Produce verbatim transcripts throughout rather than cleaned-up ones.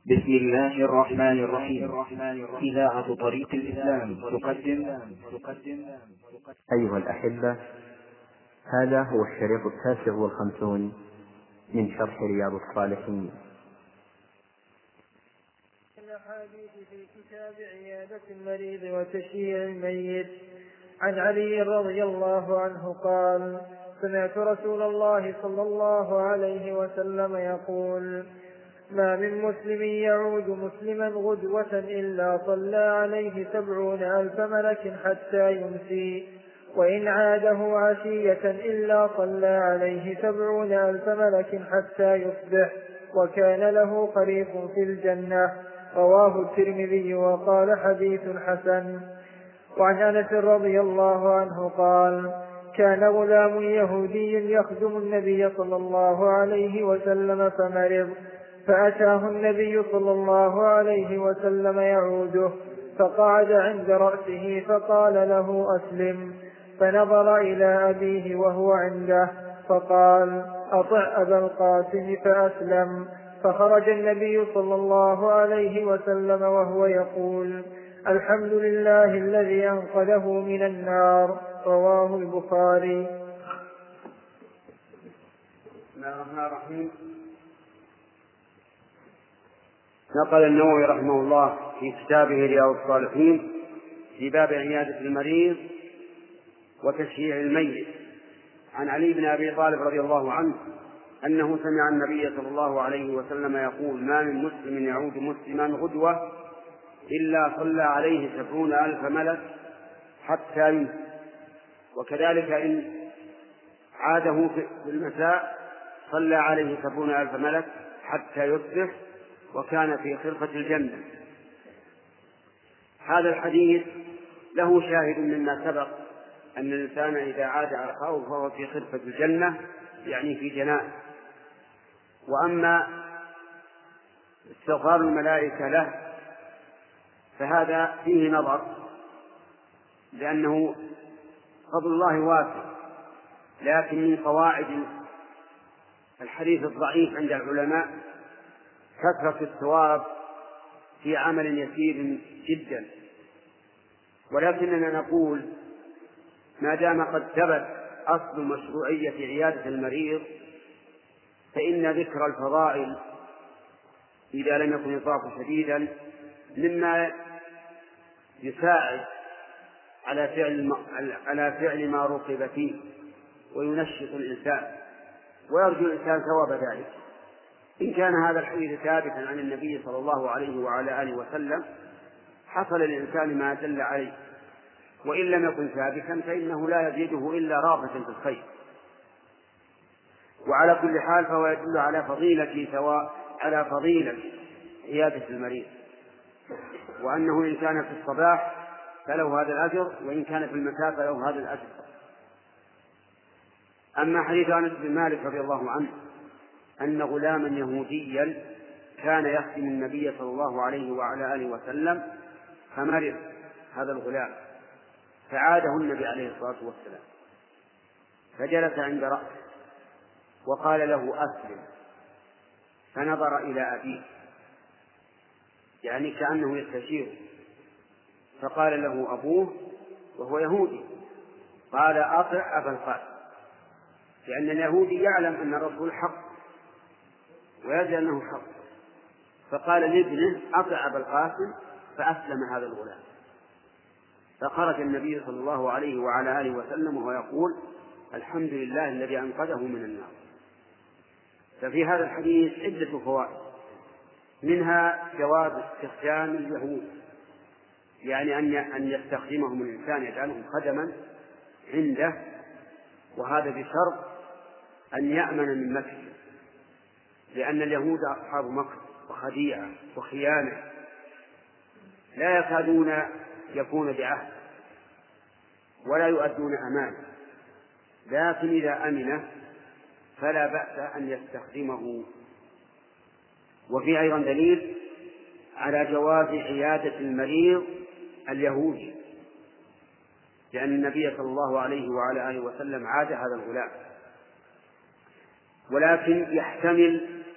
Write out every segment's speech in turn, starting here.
بسم الله الرحمن الرحيم. إذاعة طريق الإسلام تقدم. أيها الأحبة، هذا هو الشريط التاسع والخمسون من شرح رياض الصالحين. الأحاديث في كتاب عيادة المريض وتشييع الميت. عن علي رضي الله عنه قال: سمعت رسول الله صلى الله عليه وسلم يقول: ما من مسلم يعود مسلما غدوة إلا صلى عليه سبعون ألف ملك حتى يمسي، وإن عاده عشية إلا صلى عليه سبعون ألف ملك حتى يصبح، وكان له قريب في الجنة. رواه الترمذي وقال: حديث حسن. وعن أنس رضي الله عنه قال: كان غلام يهودي يخدم النبي صلى الله عليه وسلم فمرض، فأتاه النبي صلى الله عليه وسلم يعوده، فقعد عند رأسه فقال له: أسلم. فنظر إلى أبيه وهو عنده فقال: أطع أبا القاسم، فأسلم. فخرج النبي صلى الله عليه وسلم وهو يقول: الحمد لله الذي أنقذه من النار. رواه البخاري. بسم الله الرحمن الرحيم. نقل النووي رحمه الله في كتابه رياض الصالحين في باب عيادة المريض وتشييع الميت عن علي بن أبي طالب رضي الله عنه أنه سمع النبي صلى الله عليه وسلم يقول: ما من مسلم يعود مسلما غدوة إلا صلى عليه سبعون ألف ملك حتى يمسي، وكذلك إن عاده في المساء صلى عليه سبعون ألف ملك حتى يصبح، وكان في خرفة الجنة. هذا الحديث له شاهد مما سبق أن الإنسان إذا عاد أخاه فهو في خرفة الجنة، يعني في جناء. وأما استغفار الملائكة له فهذا فيه نظر، لأنه فضل الله واسع، لكن من قواعد الحديث الضعيف عند العلماء كثرة الثواب في عمل يسير جدا. ولكننا نقول ما دام قد ثبت أصل مشروعية عيادة المريض، فإن ذكر الفضائل إذا لم يكن الضعف شديدا مما يساعد على فعل على فعل ما رغب فيه وينشط الإنسان ويرجو الإنسان ثواب ذلك. إن كان هذا الحديث ثابتا عن النبي صلى الله عليه وعلى آله وسلم حصل الإنسان ما دل عليه، وإن لم يكن ثابتا فإنه لا يزيده إلا رغبة في الخير. وعلى كل حال فهو يدل على فضيلة سواء على فضيلة عيادة المريض، وأنه إن كان في الصباح فله هذا الأجر، وإن كان في المساء فله هذا الأجر. أما حديث أنس بن مالك رضي الله عنه أن غلاما يهوديا كان يخدم النبي صلى الله عليه وعلى آله وسلم فمرض هذا الغلام، فعاده النبي عليه الصلاة والسلام، فجلس عند رأسه وقال له: أسلم. فنظر إلى أبيه يعني كأنه يستشيره، فقال له أبوه وهو يهودي، قال: أطع أبا القاسم، لأن اليهودي يعلم أن الرسول حق ويدري أنه حق، فقال لابنه: أطع أبا القاسم، فأسلم هذا الغلام. فخرج النبي صلى الله عليه وعلى آله وسلم وهو يقول: الحمد لله الذي أنقذه من النار. ففي هذا الحديث عدة فوائد، منها جواز استخدام اليهود، يعني أن يستخدمهم الإنسان يجعلهم خدما عنده، وهذا بشرط أن يأمن من مكر، لأن اليهود أصحاب مكر وخديعة وخيانة لا يكادون يكون بعهد ولا يؤدون أمانة، لكن إذا أمنه فلا بأس أن يستخدمه. وفي أيضا دليل على جواز عيادة المريض اليهودي، لأن النبي صلى الله عليه وعلى آله وسلم عاد هذا الغلام، ولكن يحتمل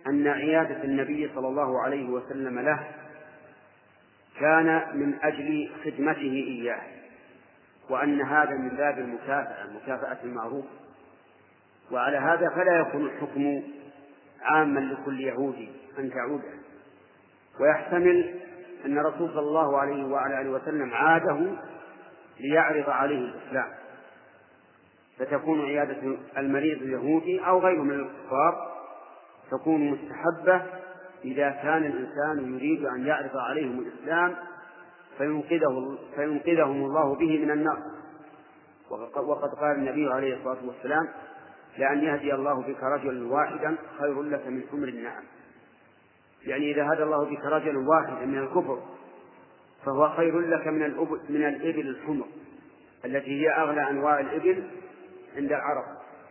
أن عيادة النبي صلى الله عليه وسلم له كان من أجل خدمته إياه، وأن هذا من باب المكافأة، مكافأة المعروف. وعلى هذا فلا يكون الحكم عاما لكل يهودي أن تعوده، ويحتمل أن الرسول صلى الله عليه وعلى آله وسلم عاده ليعرض عليه الإسلام، فتكون عيادة المريض اليهودي أو غيره من الكفار تكون مستحبة إذا كان الإنسان يريد أن يعرض عليهم الإسلام فينقذه فينقذهم الله به من النار. وقد قال النبي عليه الصلاة والسلام: لأن يهدي الله بك رجلا واحدا خير لك من حمر النعم. يعني إذا هدى الله بك رجلا واحدا من الكفر فهو خير لك من الأبل من الإبل الحمر التي هي أغلى أنواع الإبل عند العرب.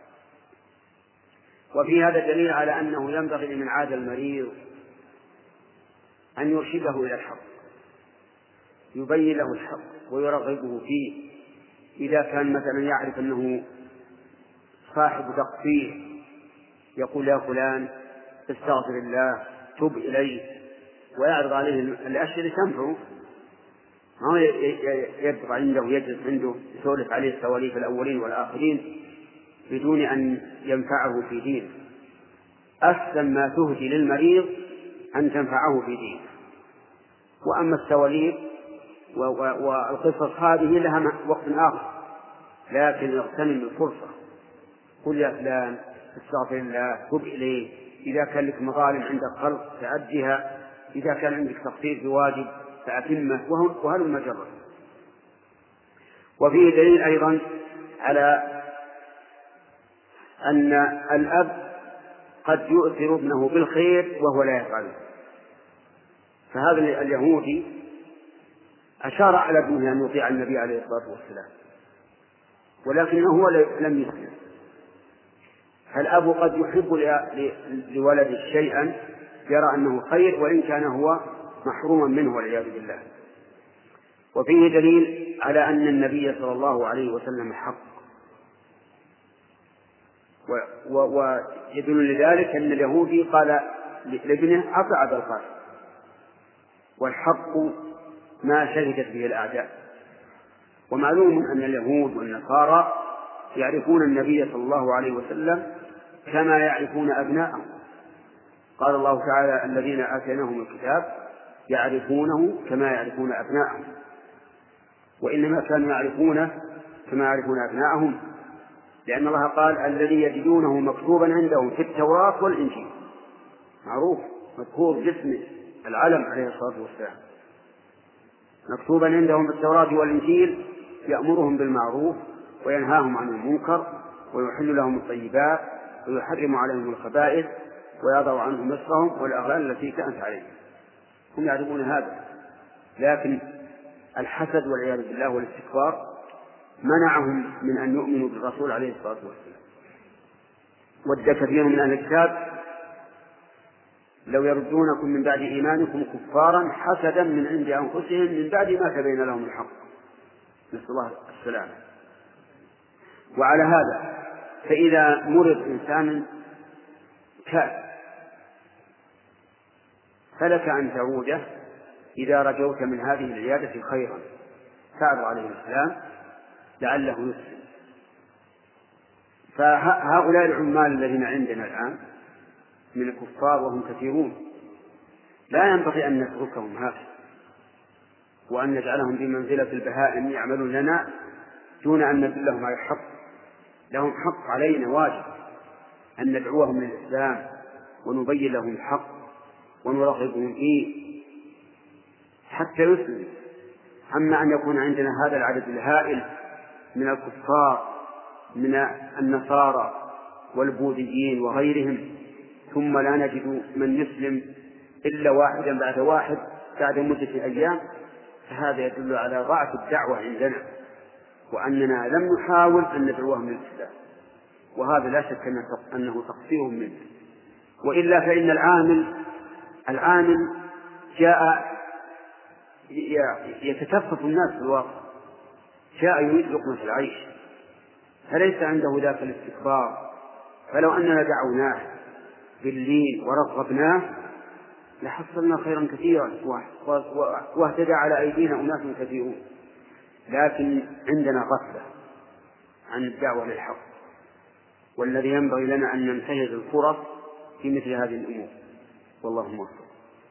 وفي هذا دليل على أنه ينبغي لمن عاد المريض أن يرشده إلى الحق، يبين له الحق ويرغبه فيه. إذا كان مثلا يعرف أنه صاحب تقصير يقول: يا فلان استغفر الله، تب إليه، ويعرض عليه الأشياء اللي تنفعه، ما هو يبقى عنده ويجلس عنده يسولف عليه السواليف الأولين والآخرين بدون أن ينفعه في دينه. أحسن ما تهدي للمريض أن تنفعه في دينه. وأما السواليف والقصص هذه لها وقت آخر، لكن اغتنم الفرصة، قل: يا فلان استغفر الله، تب إليه. إذا كان لك مظالم عند الخلق فأدها، إذا كان عندك تقصير في واجب فأتمه، وهل المجرد. وفيه دليل أيضا على أن الأب قد يؤثر ابنه بالخير وهو لا يفعله. فهذا اليهودي أشار على ابنه أن يطيع النبي عليه الصلاة والسلام، ولكنه هو لم يسلم. فالأب قد يحب لولده شيئا يرى أنه خير وإن كان هو محروما منه والعياذ بالله. وفيه دليل على أن النبي صلى الله عليه وسلم حق، ويدل لذلك أن اليهودي قال لابنه: أطع أبا القاسم. والحق ما شهدت به الأعداء. ومعلوم أن اليهود والنصارى يعرفون النبي صلى الله عليه وسلم كما يعرفون أبناءهم. قال الله تعالى: الذين آتيناهم الكتاب يعرفونه كما يعرفون أبناءهم. وإنما كانوا يعرفونه كما يعرفون أبناءهم لأن الله قال: الذي يجدونه مكتوبا عندهم في التوراة والإنجيل. معروف، مذكور باسم العلم عليه الصلاة والسلام، مكتوبا عندهم في التوراة والإنجيل، يأمرهم بالمعروف وينهاهم عن المنكر ويحل لهم الطيبات ويحرم عليهم الخبائث ويضع عنهم مصرهم والأغلال التي كانت عليهم. هم يعرفون هذا، لكن الحسد والعياذ بالله والاستكبار منعهم من أن يؤمنوا بالرسول عليه الصلاة والسلام. ود كثير من أهل الكتاب لو يردونكم من بعد إيمانكم كفارا حسدا من عند أنفسهم من بعد ما تبين لهم الحق، نسأل الله السلامة. وعلى هذا فإذا مرض إنسان كاد فلك أن تعوده إذا رجوت من هذه العيادة خيرا، تعرض عليه الإسلام لعله يسلم. فهؤلاء العمال الذين عندنا الآن من الكفار وهم كثيرون لا ينبغي أن نتركهم هكذا وأن نجعلهم بمنزلة البهائم يعملون لنا دون أن ندلهم على الحق. لهم حق علينا، واجب أن ندعوهم للإسلام ونبين لهم الحق ونرغبهم فيه حتى يسلموا. أما أن يكون عندنا هذا العدد الهائل من الكفار من النصارى والبوذيين وغيرهم ثم لا نجد من يسلم إلا واحدا بعد واحد بعد مدة أيام، فهذا يدل على ضعف الدعوة عندنا وأننا لم نحاول أن ندعوهم للإسلام، وهذا لا شك أنه تقصير منه. وإلا فإن العامل العامل جاء يتكفف الناس في الواقع، جاء يريد لقمة العيش فليس عنده ذاك الاستكبار. فلو أننا دعوناه باللين ورغبناه لحصلنا خيرا كثيرا واهتدى على أيدينا أناس كثيرون، لكن عندنا غفلة عن الدعوة للحق، والذي ينبغي لنا أن ننتهز الفرص في مثل هذه الأمور. والله موفق.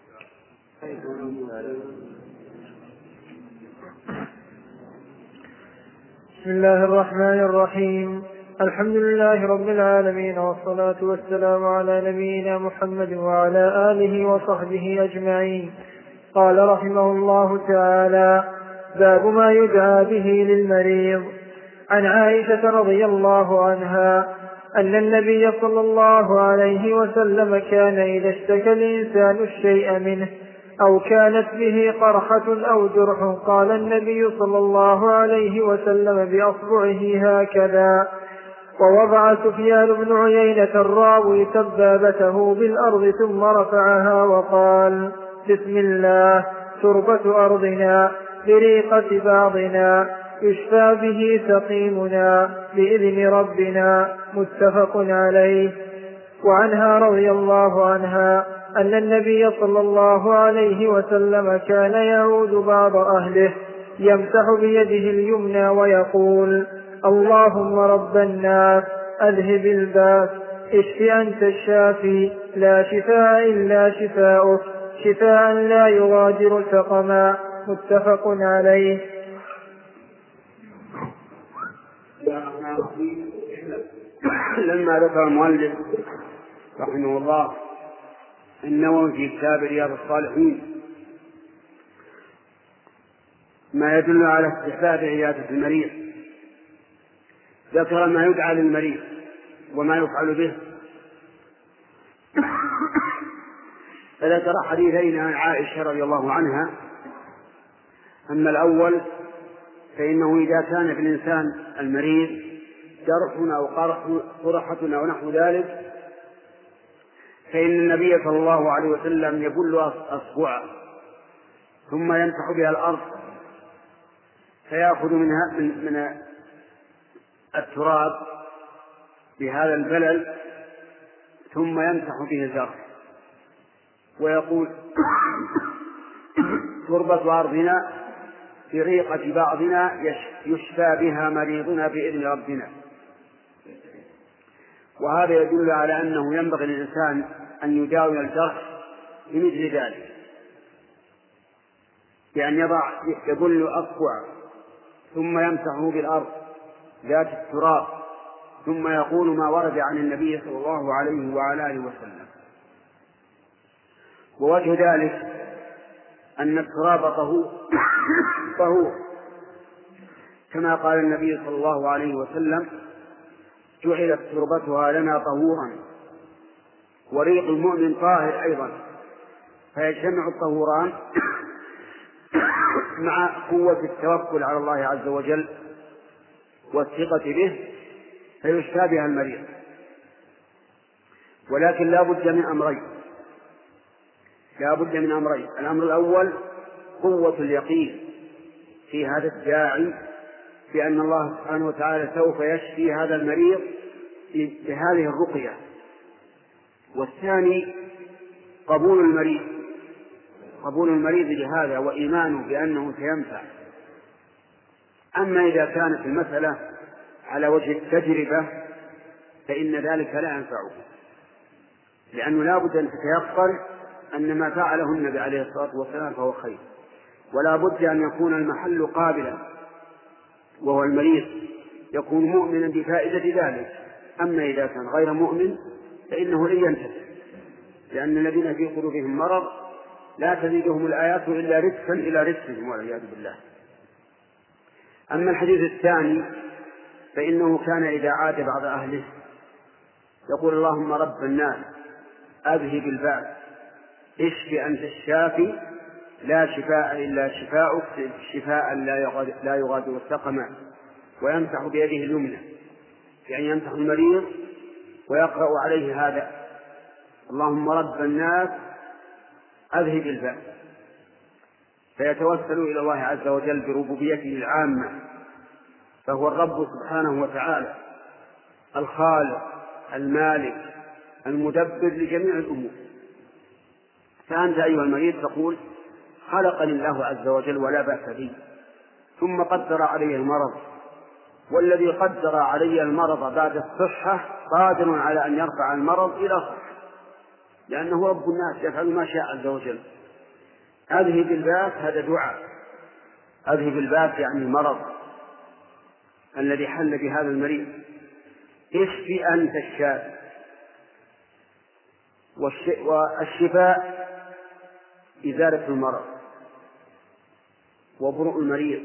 بسم الله الرحمن الرحيم. الحمد لله رب العالمين، والصلاة والسلام على نبينا محمد وعلى آله وصحبه أجمعين. قال رحمه الله تعالى: باب ما يدعى به للمريض. عن عائشة رضي الله عنها أن النبي صلى الله عليه وسلم كان إذا اشتكى الإنسان الشيء منه أو كانت به قرحة أو جرح قال النبي صلى الله عليه وسلم بأصبعه هكذا. ووضع سفيان بن عيينة الراوي سبابته بالأرض ثم رفعها وقال: بسم الله، تربة أرضنا بريقة بعضنا، يشفى به سقيمنا بإذن ربنا. متفق عليه. وعنها رضي الله عنها أن النبي صلى الله عليه وسلم كان يعود بعض أهله يمسح بيده اليمنى ويقول: اللهم رب الناس أذهب الباس، اشف أنت الشافي، لا شفاء إلا شفاؤك، شفاء لا يغادر سقما. متفق عليه. لما ذكر المؤلف رحمه الله النووي في كتاب رياض الصالحين ما يدل على استحباب عيادة المريض، ذكر ما يدعى للمريض وما يفعل به، فذكر حديثين عن عائشة رضي الله عنها. أما الأول فإنه إذا كان في الإنسان المريض جرح أو قرحة أو نحو ذلك فإن النبي صلى الله عليه وسلم يبل أصبعه ثم يمسح بها الأرض فيأخذ منها من التراب بهذا البلل ثم يمسح به الجرح ويقول: تربة أرضنا في ريقة بعضنا يشفى بها مريضنا بإذن ربنا. وهذا يدل على أنه ينبغي للإنسان أن يداوي الجرح بمثل ذلك، بأن يضع يبل أصبعه ثم يمسحه بالأرض ذات التراب ثم يقول ما ورد عن النبي صلى الله عليه وعلى آله وسلم. ووجه ذلك أن التراب طهور طهور كما قال النبي صلى الله عليه وسلم: جعلت تربتها لنا طهورا. وريق المؤمن طاهر أيضا، فيجتمع الطهوران مع قوة التوكل على الله عز وجل والثقة به فيشفى بها المريض. ولكن لا بد من أمرين لا بد من أمرين الأمر الأول قوة اليقين في هذا الداعي بأن الله سبحانه وتعالى سوف يشفي هذا المريض بهذه الرقية. والثاني قبول المريض قبول المريض لهذا وإيمانه بأنه سينفع. أما إذا كانت المسألة على وجه التجربة فإن ذلك لا ينفعه، لأنه لا بد أن تتيقن أن ما فعله النبي عليه الصلاة والسلام فهو خير، ولا بد أن يكون المحل قابلا وهو المريض يكون مؤمنا بفائدة ذلك. أما إذا كان غير مؤمن فإنه لن ينتفع، لأن الذين في قلوبهم مرض لا تزيدهم الآيات إلا رجسا إلى رجسهم والعياذ بالله. أما الحديث الثاني فإنه كان إذا عاد بعض أهله يقول: اللهم رب الناس أذهب البأس، اشف أنت الشافي، لا شفاء إلا شفاؤك، شفاء لا يغادر سقما. ويمسح بيده اليمنى، يعني يمسح المريض ويقرأ عليه هذا: اللهم رب الناس أذهب البأس، فيتوسل إلى الله عز وجل بربوبيته العامة، فهو الرب سبحانه وتعالى الخالق المالك المدبر لجميع الأمور. فأنت أيها المريض تقول خلقني الله عز وجل ولا بأس بي، ثم قدر علي المرض، والذي قدر علي المرض بعد الصحة قادر على أن يرفع المرض إلى صحة، لأنه رب الناس يفعل ما شاء عز وجل. أذهب الباس هذا دعاء، أذهب الباس يعني المرض الذي حل بهذا المريض. اشفي أنت الشافي، والشفاء إزالة المرض وبرء المريض،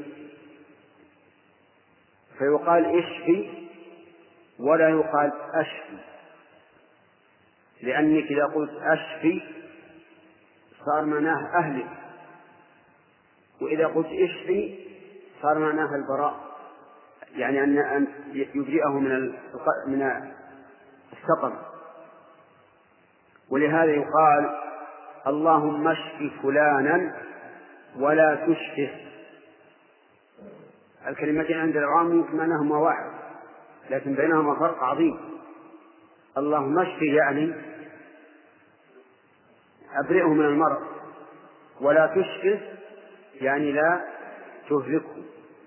فيقال اشفي ولا يقال أشفي، لأنك إذا قلت أشفي صار معناه أهلك، وإذا قلت اشفي صار معناه البراء، يعني أن يبرئه من من السقم. ولهذا يقال اللهم اشف فلانا ولا تشفه. الكلمتين عند العوام يمكن معناهما واحد، لكن بينهما فرق عظيم. اللهم اشف يعني أبرئه من المرض، ولا تشفه يعني لا تهلكه.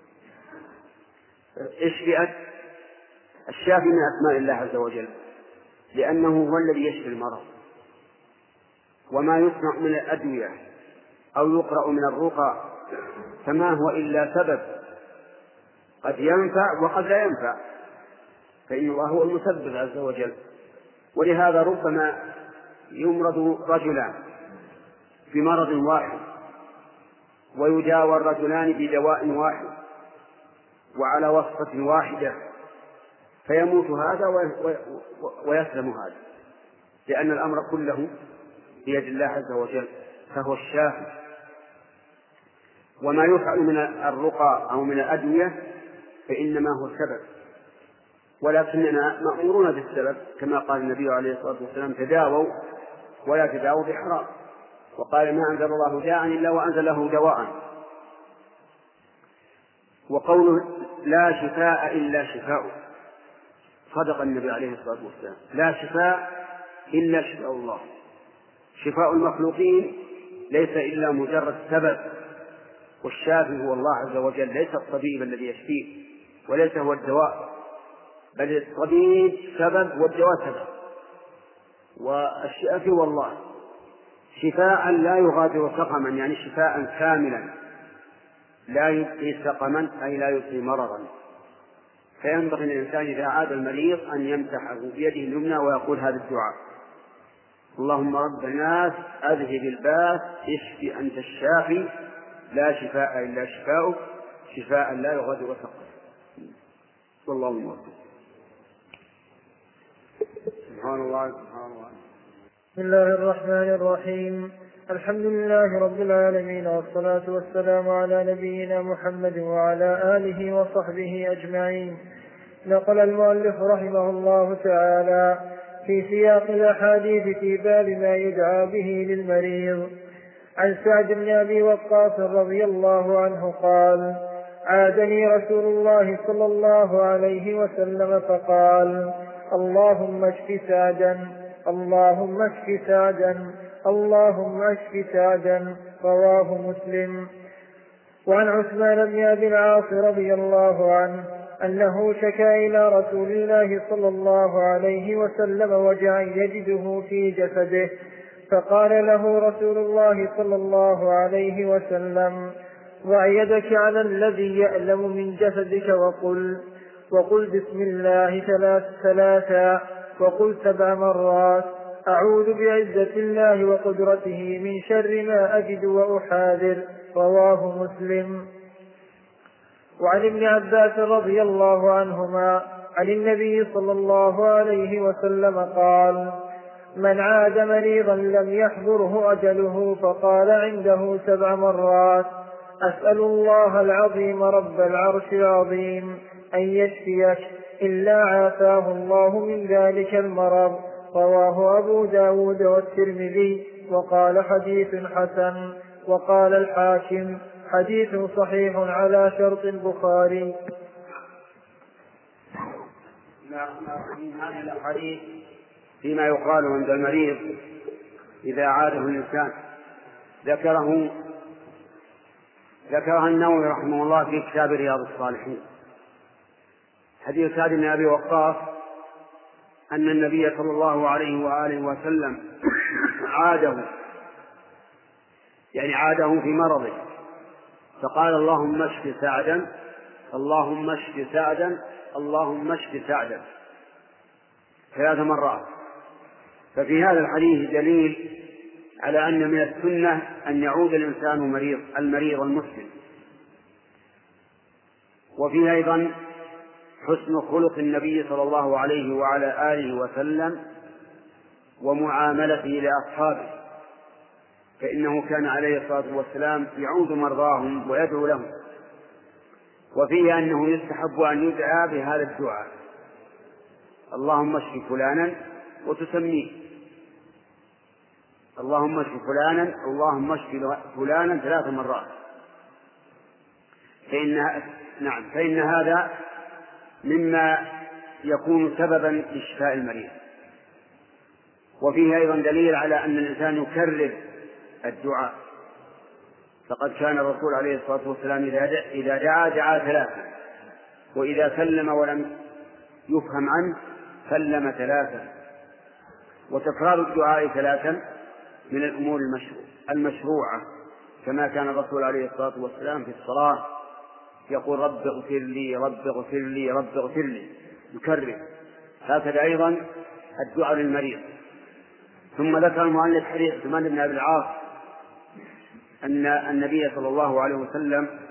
اشفئت الشافي من أسماء الله عز وجل، لأنه هو الذي يشفي المرض. وما يصنع من الأدوية أو يقرأ من الرقى فما هو إلا سبب، قد ينفع وقد لا ينفع، فإن الله هو المسبب عز وجل. ولهذا ربما يمرض رجلان بمرض واحد ويداوى الرجلان بدواء واحد وعلى وصفة واحدة، فيموت هذا ويسلم هذا، لأن الأمر كله بيد الله عز وجل، فهو الشافي. وما يفعل من الرقى أو من الأدوية فإنما هو سبب، ولكننا مأمورون بالسبب، كما قال النبي عليه الصلاة والسلام تداووا ولا تداووا بحرام، وقال ما أنزل الله داعا إلا وأنزل له دواء. وقوله لا شفاء إلا شفاء، صدق النبي عليه الصلاة والسلام، لا شفاء إلا شفاء الله. شفاء المخلوقين ليس إلا مجرد سبب، والشافي هو الله عز وجل، ليس الطبيب الذي يشفيه، وليس هو الدواء، بل الطبيب سبب والدواء سبب، والشافي هو الله. شفاء لا يغادر سقما، يعني شفاء كاملا لا يبقي سقما أي لا يبقي مرضا. فينبغي للإنسان إذا عاد المريض أن يمسحه بيده اليمنى ويقول هذا الدعاء: اللهم رب الناس أذهب الباس اشف أنت الشافي لا شفاء إلا شفاؤك شفاء لا يغادر سقما. والله الموفق. سبحان الله سبحان الله. بسم الله الرحمن الرحيم. الحمد لله رب العالمين، والصلاة والسلام على نبينا محمد وعلى آله وصحبه أجمعين. نقل المؤلف رحمه الله تعالى في سياق الأحاديث في باب ما يدعى به للمريض عن سعد بن أبي وقاص رضي الله عنه قال: عادني رسول الله صلى الله عليه وسلم فقال: اللهم اشف سعدا، اللهم اشف سعدا، اللهم اشف سعدا. رواه مسلم. وعن عثمان بن أبي العاص رضي الله عنه أنه شكا إلى رسول الله صلى الله عليه وسلم وجعا يجده في جسده، فقال له رسول الله صلى الله عليه وسلم: ضع يدك على الذي يألم من جسدك وقل وقل بسم الله ثلاث ثلاثا وقل سبع مرات: أعوذ بعزة الله وقدرته من شر ما أجد وأحاذر. رواه مسلم. وعن ابن عباس رضي الله عنهما عن النبي صلى الله عليه وسلم قال: من عاد مريضا لم يحضره أجله فقال عنده سبع مرات: أسأل الله العظيم رب العرش العظيم أن يشفيك إلا عافاه الله من ذلك المرض. رواه أبو داود والترمذي وقال حديث حسن. وقال الحاكم حديث صحيح على شرط البخاري. هذه الأحاديث فيما يقال عند المريض إذا عاده الإنسان، ذكره ذكرها النووي رحمه الله في كتاب رياض الصالحين. حديث سعد بن أبي وقاص أن النبي صلى الله عليه وآله وسلم عاده، يعني عاده في مرضه، فقال اللهم اشف سعدا اللهم اشف سعدا اللهم اشف سعدا ثلاث مرات. ففي هذا الحديث دليل على أن من السنة أن يعود الإنسان مريض المريض المسلم. وفيه أيضا حسن خلق النبي صلى الله عليه وعلى آله وسلم ومعاملته لأصحابه، فإنه كان عليه الصلاة والسلام يعود مرضاهم ويدعو لهم. وفيه أنه يستحب أن يدعى بهذا الدعاء اللهم اشف فلانا وتسميه اللهم اشف فلانا اللهم اشف فلانا ثلاث مرات، فإن نعم فإن هذا مما يكون سببا لشفاء المريض. وفيه أيضا دليل على أن الإنسان يكرر الدعاء، فقد كان الرسول عليه الصلاة والسلام إذا دعا دعا ثلاثا، وإذا سلم ولم يفهم عنه سلم ثلاثا. وتكرار الدعاء ثلاثا من الأمور المشروعة، كما كان الرسول عليه الصلاة والسلام في الصلاة يقول رب اغفر لي رب اغفر لي رب اغفر لي، يكرر. هكذا أيضا الدعاء للمريض. ثم ذكر المؤلف حديث عثمان بن أبي العاص أن النبي صلى الله عليه وسلم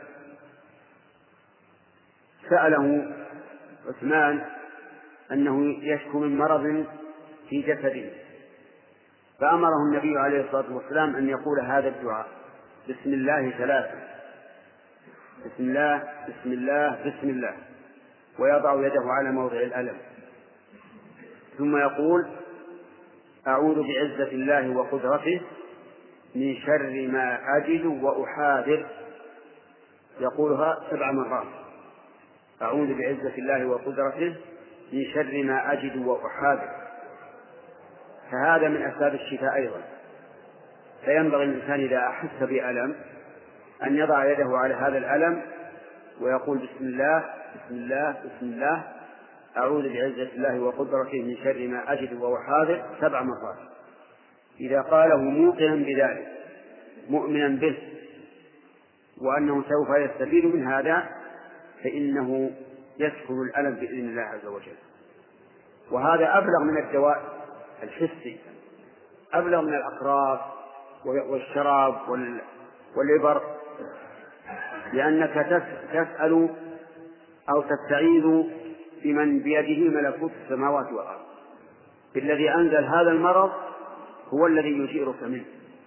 سأله عثمان أنه يشكو من مرض في جسده، فأمره النبي عليه الصلاة والسلام أن يقول هذا الدعاء بسم الله ثلاثا، بسم الله بسم الله بسم الله، ويضع يده على موضع الألم، ثم يقول أعوذ بعزة الله وقدرته من شر ما أجد وأحاذر، يقولها سبع مرات، أعوذ بعزة الله وقدرته من شر ما أجد وأحاذر. فهذا من أسباب الشفاء أيضا. فينبغي الإنسان إذا أحس بألم أن يضع يده على هذا الألم ويقول بسم الله بسم الله بسم الله أعوذ بعزة الله وقدرته من شر ما أجد وأحاذر سبع مرات. إذا قاله موقنا بذلك مؤمنا به وأنه سوف يستفيد من هذا فإنه يسكن الألم بإذن الله عز وجل. وهذا أبلغ من الدواء الحسي، أبلغ من الأقراص والشراب والإبر، لأنك تسأل أو تستعيذ بمن بيده ملكوت السماوات والأرض، بالذي أنزل هذا المرض هو الذي يجيرك منه.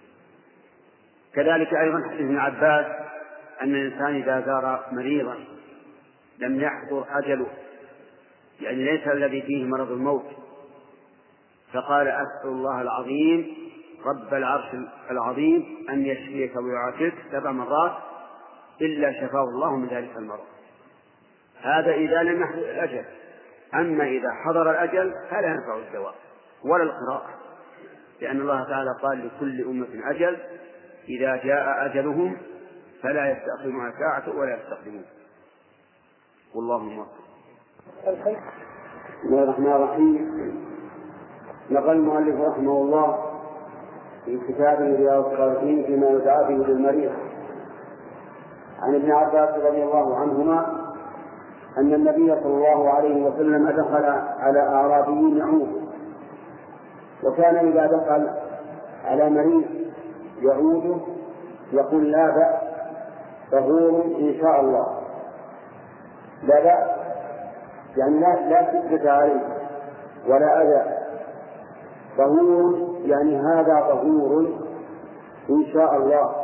كذلك أيضا حديث ابن عباس أن الإنسان إذا زار مريضا لم يحضر أجله، يعني ليس الذي فيه مرض الموت، فقال أسأل الله العظيم رب العرش العظيم أن يشفيك ويعافيك سبع مرات إلا شفاه الله من ذلك المرض. هذا إذا لم يحضر الأجل. أما إذا حضر الأجل فلا ينفع الدواء ولا القراءة، لأن الله تعالى قال لكل أمة أجل إذا جاء أجلهم فلا يستأخرون ساعة ولا يستقدمون. والله موفق. بسم الله الرحمن الرحيم. نقل المؤلف رحمه الله في كتابه رياض الصالحين فيما يدعى به للمريض عن ابن عباس رضي الله عنهما أن النبي صلى الله عليه وسلم دخل على أعرابي يعود، وكان إذا دخل على مريض يعوده يقول لا بأس طهور إن شاء الله، لا بأس يعني لا لا شدة عليه ولا أذى، طهور يعني هذا طهور إن شاء الله.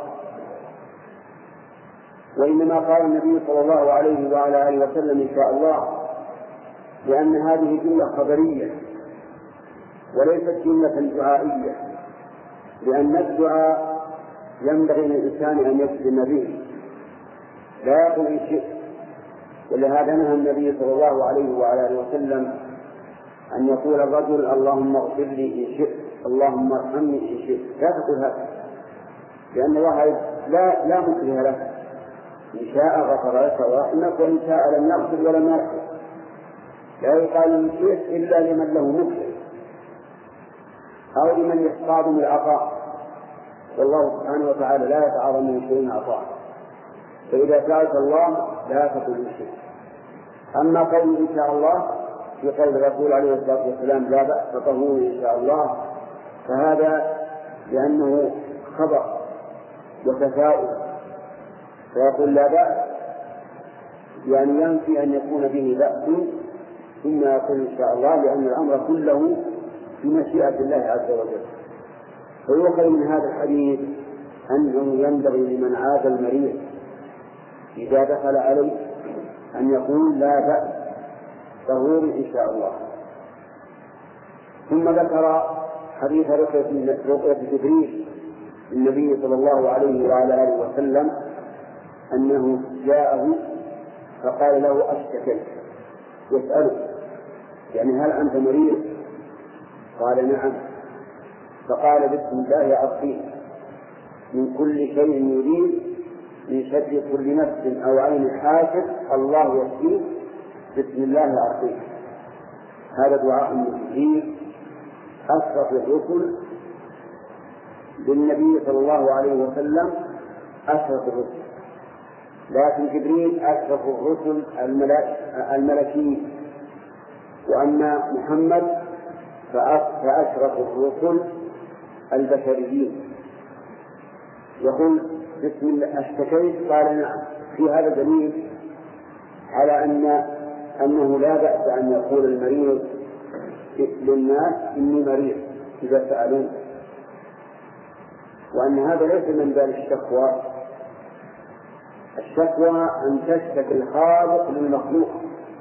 وإنما قال النبي صلى الله عليه وعلى آله وسلم إن شاء الله لأن هذه جملة خبرية وليست جملة دعائية، لأن الدعاء ينبغي للإنسان أن يسلم به لا يقول إن شئت، ولهذا نهى النبي صلى الله عليه وعلى آله وسلم أن يقول الرجل اللهم اغفر لي إن شئت، اللهم ارحمني إن شئت، لا تقول هذا، لأن الله لا لا مكره له، إن شاء غفر لك وإنك، وإن شاء لم يغفر ولم يغفر. لا يقال إن شئت إلا لمن له مكره أو لمن يحتاج من العطاء، والله سبحانه وتعالى لا يتعاظم من شيء عطاء. فإذا سألت الله لا تقل إن شئت. أما قول إن شاء الله في قول الرسول عليه الصلاة والسلام لا بأس فطهور إن شاء الله، فهذا لأنه خبر وتفاؤل، فيقول لا بأس يعني ينفي أن يكون به بأس، ثم يقول إن شاء الله لأن الأمر كله في مشيئة الله عز وجل. فيؤخذ من هذا الحديث أنه ينبغي لمن عاد المريض إذا دخل عليه أن يقول لا بأس طهور إن شاء الله. ثم ذكر حديث رقية جبريل النبي صلى الله عليه وعلى آله وسلم أنه جاءه فقال له أشتكيت، يسأله يعني هل أنت مريض؟ قال نعم. فقال بسم الله أرقيك من كل شيء يريد، من شر كل نفس أو عين حاسد الله يشفيك، بسم الله أرقيك. هذا دعاء من جبريل أشرف الرسل للنبي صلى الله عليه وسلم، أشرف الرسل، لكن جبريل أشرف الرسل الملكيين، وأما محمد فأشرف الرسل البشريين. يقول بسم الله أشتكيت، قال نعم. في هذا دليل على أن أنه لا بأس أن يقول المريض للناس إني مريض إذا سألوه، وأن هذا ليس من باب الشكوى. الشكوى أن تشتكي الخالق للمخلوق،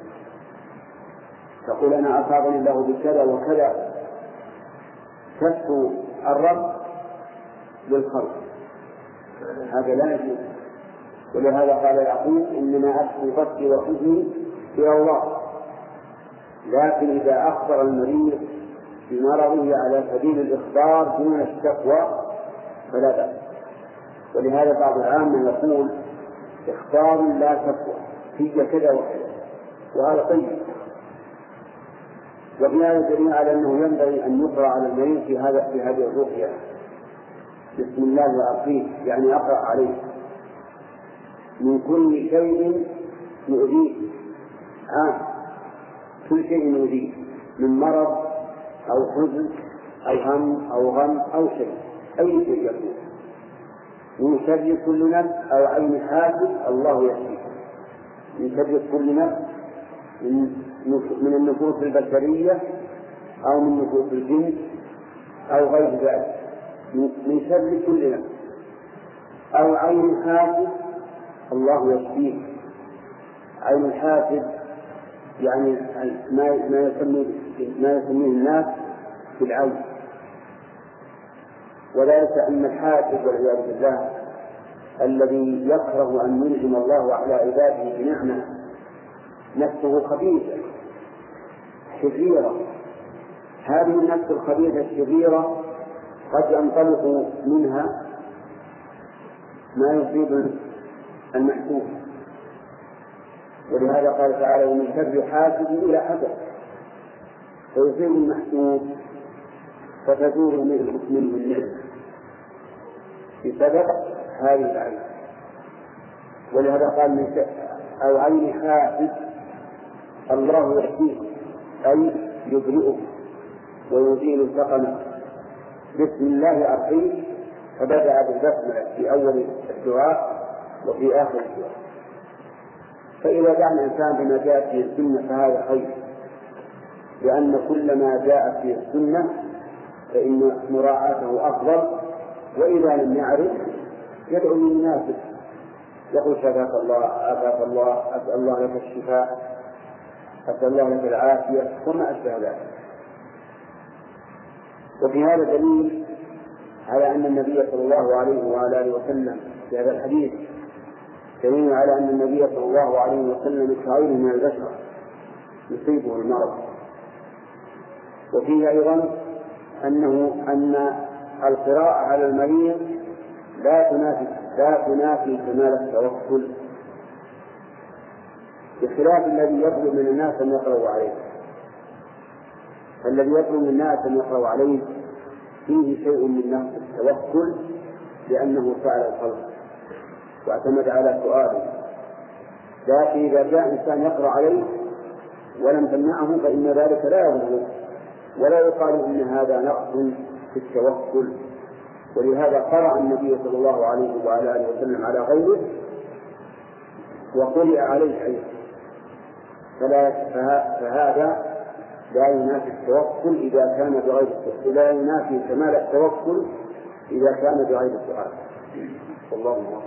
تقول أنا أصابني الله بكذا وكذا، تشكو الرب للخلق، هذا لا يجوز. ولهذا قال يعقوب إنما أشكو بثي وحزني إلى الله. لكن إذا أخبر المريض بمرضه على سبيل الإخبار دون الشكوى فلا بأس. ولهذا بعض العامة يقول إخبار لا شكوى في كذا وكذا، وهذا طيب. وفي هذا دليل على أنه ينبغي أن يقرأ على المريض في هذا في هذه الرقية بسم الله أرقيك، يعني أقرأ عليه من كل شيء يؤذيه، آه كل شيء يؤذيه من مرض أو حزن أو هم أو غم أو شيء، أي شيء يكون، من شر كل نفس أو عين حاسد الله يشفيك، من شر كل نفس من النفوس البشرية أو من نفوس الجن أو غير ذلك، من شر كل نفس أو عين حاسد الله يشفيك. عين الحاسد يعني ما ما يسميه ما يسميه الناس بالعين، وذلك أن الحاسد والعياذ بالله الذي يكره أن ينعم الله على عباده بنعمة نفسه خبيثة شريرة. هذه النفس الخبيثة الشريرة قد ينطلق منها ما يصيب المحسوس، ولهذا قال تعالى ومن شر حاسد إلى حسد، فيصيب المحسوس فتدور منه النعمة بسبب هذه العين. ولهذا قال من شر أو عين حاسد الله يحييه، أي يبرئه ويزيل سقمه. بسم الله أرقيك، فبدأ بالبسملة في أول الدعاء وفي آخر الدعاء. فإذا دعا الإنسان بما جاء في السنة فهذا خير، لأن كل ما جاء في السنة فإن مراعاته أفضل. وإذا لم يعرف يدعو للناس، يقول شفاك الله، عافاك الله، أسأل الله لك الشفاء، أسأل الله لك العافية، وما أشبه ذلك. وفي هذا دليل على أن النبي صلى الله عليه وعلى آله وسلم في هذا الحديث دليل على أن النبي صلى الله عليه وسلم كغيره من البشر يصيبه المرض، وفيه أيضا أنه أن القراءة على المريض لا تنافي لا تنافي كمال التوكل، بخلاف الذي يطلب من الناس أن يقرأوا عليه. الذي يطلب من الناس أن يقرأوا عليه فيه شيء من نقص التوكل، لأنه سأل الخلق واعتمد على سؤاله. لكن إذا جاء إنسان يقرأ عليه ولم تمنعه فإن ذلك لا يضره، ولا يقال إن هذا نقص في التوكل. ولهذا قرأ النبي صلى الله عليه وعلى آله وسلم على غيره وقرئ عليه أيضا، فهذا لا ينافي التوكل إذا كان بغير السؤال، لا ينافي كمال التوكل إذا كان بغير السؤال. والله أعلم.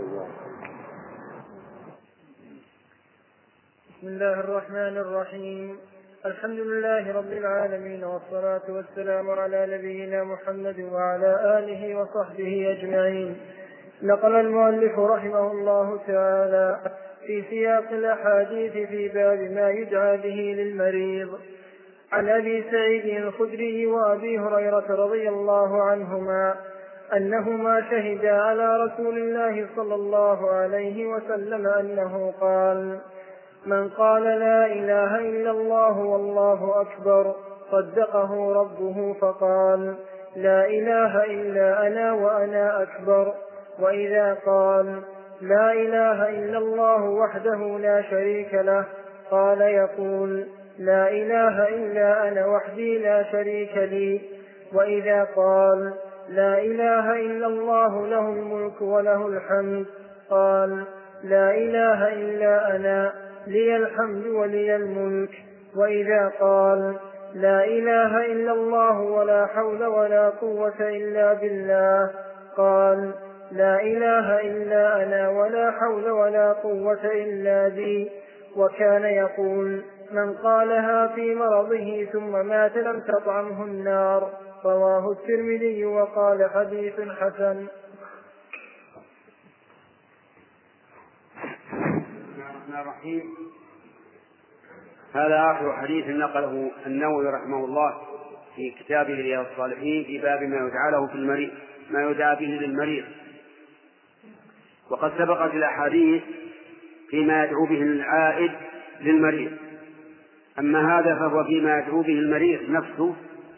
بسم الله الرحمن الرحيم. الحمد لله رب العالمين، والصلاة والسلام على نبينا محمد وعلى آله وصحبه أجمعين. نقل المؤلف رحمه الله تعالى في سياق الأحاديث في باب ما يدعى به للمريض عن أبي سعيد الخدري وأبي هريرة رضي الله عنهما أنهما شهدا على رسول الله صلى الله عليه وسلم أنه قال: من قال لا إله إلا الله والله أكبر صدقه ربه فقال: لا إله إلا أنا وأنا أكبر. وإذا قال: لا إله إلا الله وحده لا شريك له قال يقول: لا إله إلا أنا وحدي لا شريك لي. وإذا قال: لا إله إلا الله له الملك وله الحمد قال: لا إله إلا أنا لي الحمد ولي الملك. وإذا قال: لا إله إلا الله ولا حول ولا قوة إلا بالله قال: لا إله إلا أنا ولا حول ولا قوة إلا بي. وكان يقول: من قالها في مرضه ثم مات لم تطعمه النار. رواه الترمذي وقال: حديث حسن. الرحمن الرحيم. هذا آخر حديث نقله النووي رحمه الله في كتابه رياض الصالحين في باب ما يدعى له في المريض ما يدعى به للمريض. وقد سبقت الأحاديث فيما يدعو به العائد للمريض، أما هذا فهو فيما يدعو به المريض نفسه.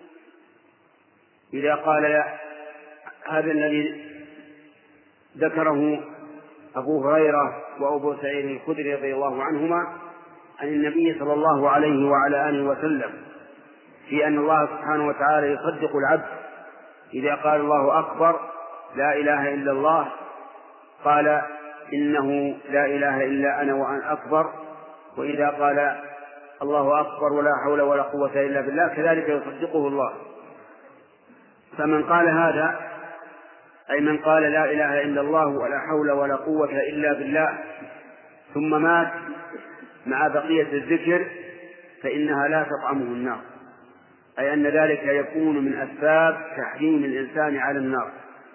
إذا قال هذا الذي ذكره أبو هريرة وأبو سعيد الخدري رضي الله عنهما عن النبي صلى الله عليه وعلى آله وسلم في أن الله سبحانه وتعالى يصدق العبد إذا قال الله أكبر لا إله إلا الله، قال إنه لا إله إلا أنا وأنا أكبر. وإذا قال الله أكبر ولا حول ولا قوة إلا بالله كذلك يصدقه الله. فمن قال هذا أي من قال لا إله إلا الله ولا حول ولا قوة إلا بالله ثم مات مع بقية الذكر فإنها لا تطعمه النار، أي أن ذلك يكون من أسباب تحريم الإنسان على النار.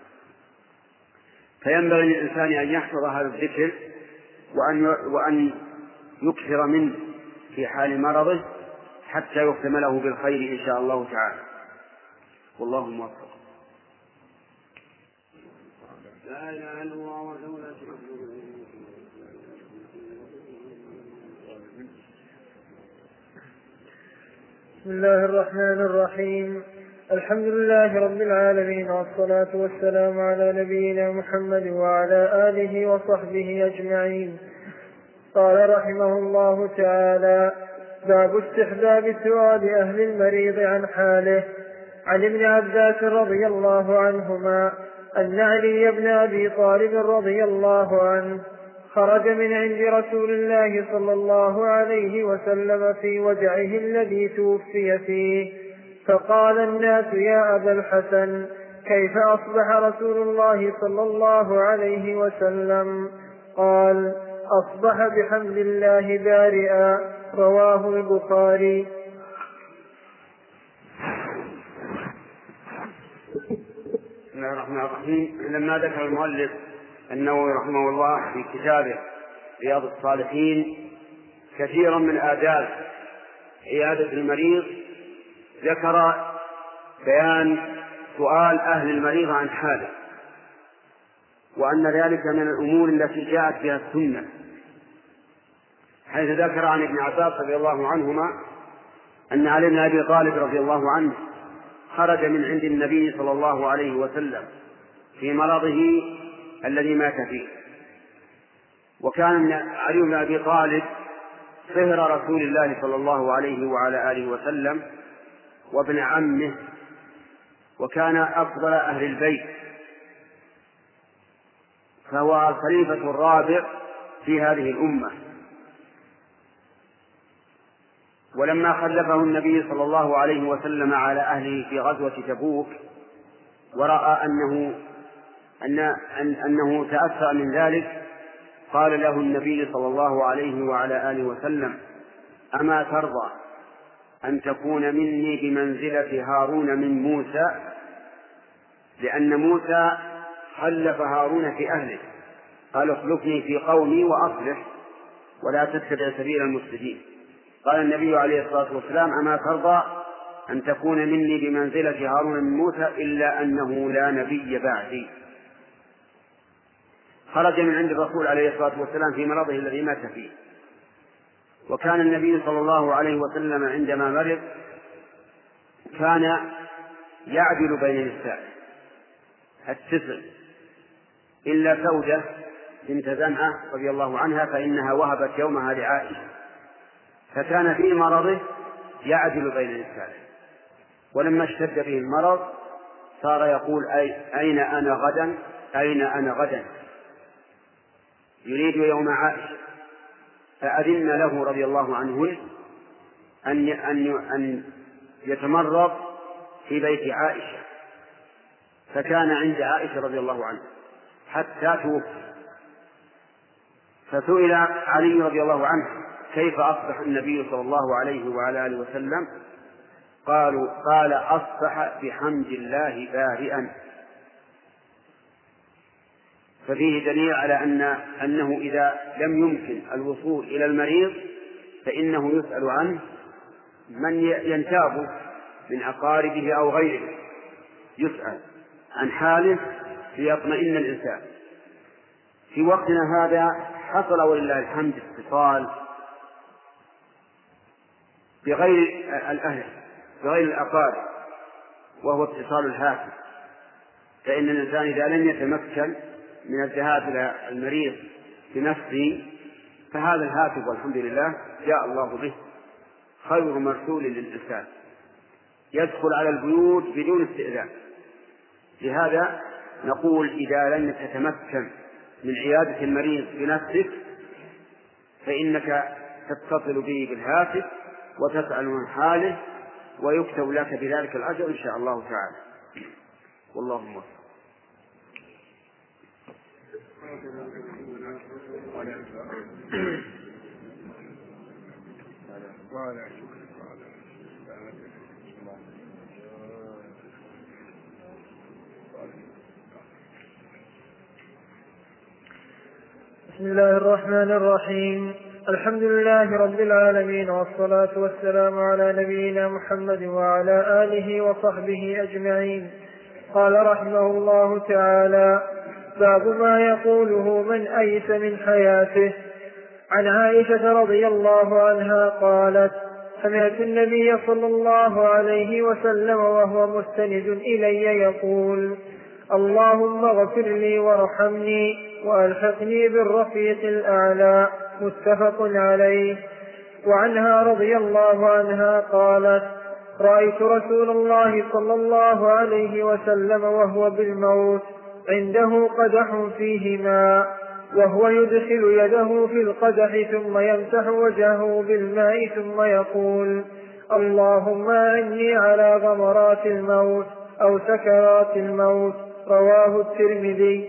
فينبغي للإنسان أن يحفظ هذا الذكر وأن وأن يكثر منه في حال مرضه حتى يختم له بالخير إن شاء الله تعالى. والله موفق. لا إله إلا الله وحده لا شريك له. بسم الله الرحمن الرحيم. الحمد لله رب العالمين، والصلاة والسلام على نبينا محمد وعلى آله وصحبه أجمعين. قال رحمه الله تعالى: باب استحباب سؤال أهل المريض عن حاله. عن ابن عباس رضي الله عنهما أن علي بن أبي طالب رضي الله عنه خرج من عند رسول الله صلى الله عليه وسلم في وجعه الذي توفي فيه، فقال الناس: يا أبا الحسن، كيف أصبح رسول الله صلى الله عليه وسلم؟ قال: أصبح بحمد الله بارئا. رواه البخاري. بسم الله الرحمن الرحيم. لما ذكر المؤلف النووي رحمه الله في كتابه رياض الصالحين كثيرا من آداب عيادة المريض ذكر بيان سؤال أهل المريض عن حاله، وأن ذلك من الأمور التي جاءت بها السنة، حيث ذكر عن ابن عباس رضي الله عنهما أن علي بن أبي طالب رضي الله عنه خرج من عند النبي صلى الله عليه وسلم في مرضه الذي مات فيه، وكان علي بن أبي طالب صهر رسول الله صلى الله عليه وعلى آله وسلم وابن عمه، وكان أفضل أهل البيت، فهو الخليفة الرابع في هذه الأمة. ولما خلفه النبي صلى الله عليه وسلم على أهله في غزوة تبوك ورأى أنه أن أن أنه تأثر من ذلك، قال له النبي صلى الله عليه وعلى آله وسلم: أما ترضى أن تكون مني بمنزلة هارون من موسى؟ لأن موسى خلف هارون في أهله، قال: اخلفني في قومي وأصلح ولا تتبع سبيل المفسدين. قال النبي عليه الصلاة والسلام: أما ترضى أن تكون مني بمنزلة هارون من موسى إلا أنه لا نبي بعدي. خرج من عند الرسول عليه الصلاة والسلام في مرضه الذي مات فيه، وكان النبي صلى الله عليه وسلم عندما مرض كان يعدل بين النساء التسع إلا سودة بنت زمعة رضي الله عنها، فإنها وهبت يومها لعائشة، فكان في مرضه يعدل بين النساء. ولما اشتد به المرض صار يقول: أي أين أنا غدا أين أنا غدا يريد يوم عائشة، فأذن له رضي الله عنه أن أن يتمرض في بيت عائشة، فكان عند عائشة رضي الله عنها حتى توفي. فسئل علي رضي الله عنه: كيف أصبح النبي صلى الله عليه وعلى آله وسلم؟ قالوا قال: أصبح بحمد الله بارئا. ففيه دليل على أن أنه إذا لم يمكن الوصول إلى المريض فإنه يسأل عنه من ينتابه من أقاربه أو غيره، يسأل عن حاله ليطمئن الإنسان. في وقتنا هذا حصل ولله الحمد اتصال بغير الأهل بغير الأقارب، وهو اتصال الهاتف، فإن الإنسان إذا لم يتمكن من الذهاب إلى المريض بنفسه فهذا الهاتف والحمد لله جاء الله به خير مرسول للإنسان، يدخل على البيوت بدون استئذان. لهذا نقول: إذا لم تتمكن من عيادة المريض بنفسك فإنك تتصل به بالهاتف وتسأل عن حاله، ويكتب لك بذلك الأجر إن شاء الله تعالى. والله موفق. بسم الله الرحمن الرحيم. الحمد لله رب العالمين، والصلاة والسلام على نبينا محمد وعلى آله وصحبه أجمعين. قال رحمه الله تعالى: باب ما يقوله من أيس من حياته. عن عائشة رضي الله عنها قالت: سمعت النبي صلى الله عليه وسلم وهو مستند إلي يقول: اللهم اغفر لي وارحمني وألحقني بالرفيق الأعلى. متفق عليه. وعنها رضي الله عنها قالت: رأيت رسول الله صلى الله عليه وسلم وهو بالموت عنده قدح فيه ماء، وهو يدخل يده في القدح ثم يمسح وجهه بالماء ثم يقول: اللهم أعني على غمرات الموت أو سكرات الموت. رواه الترمذي.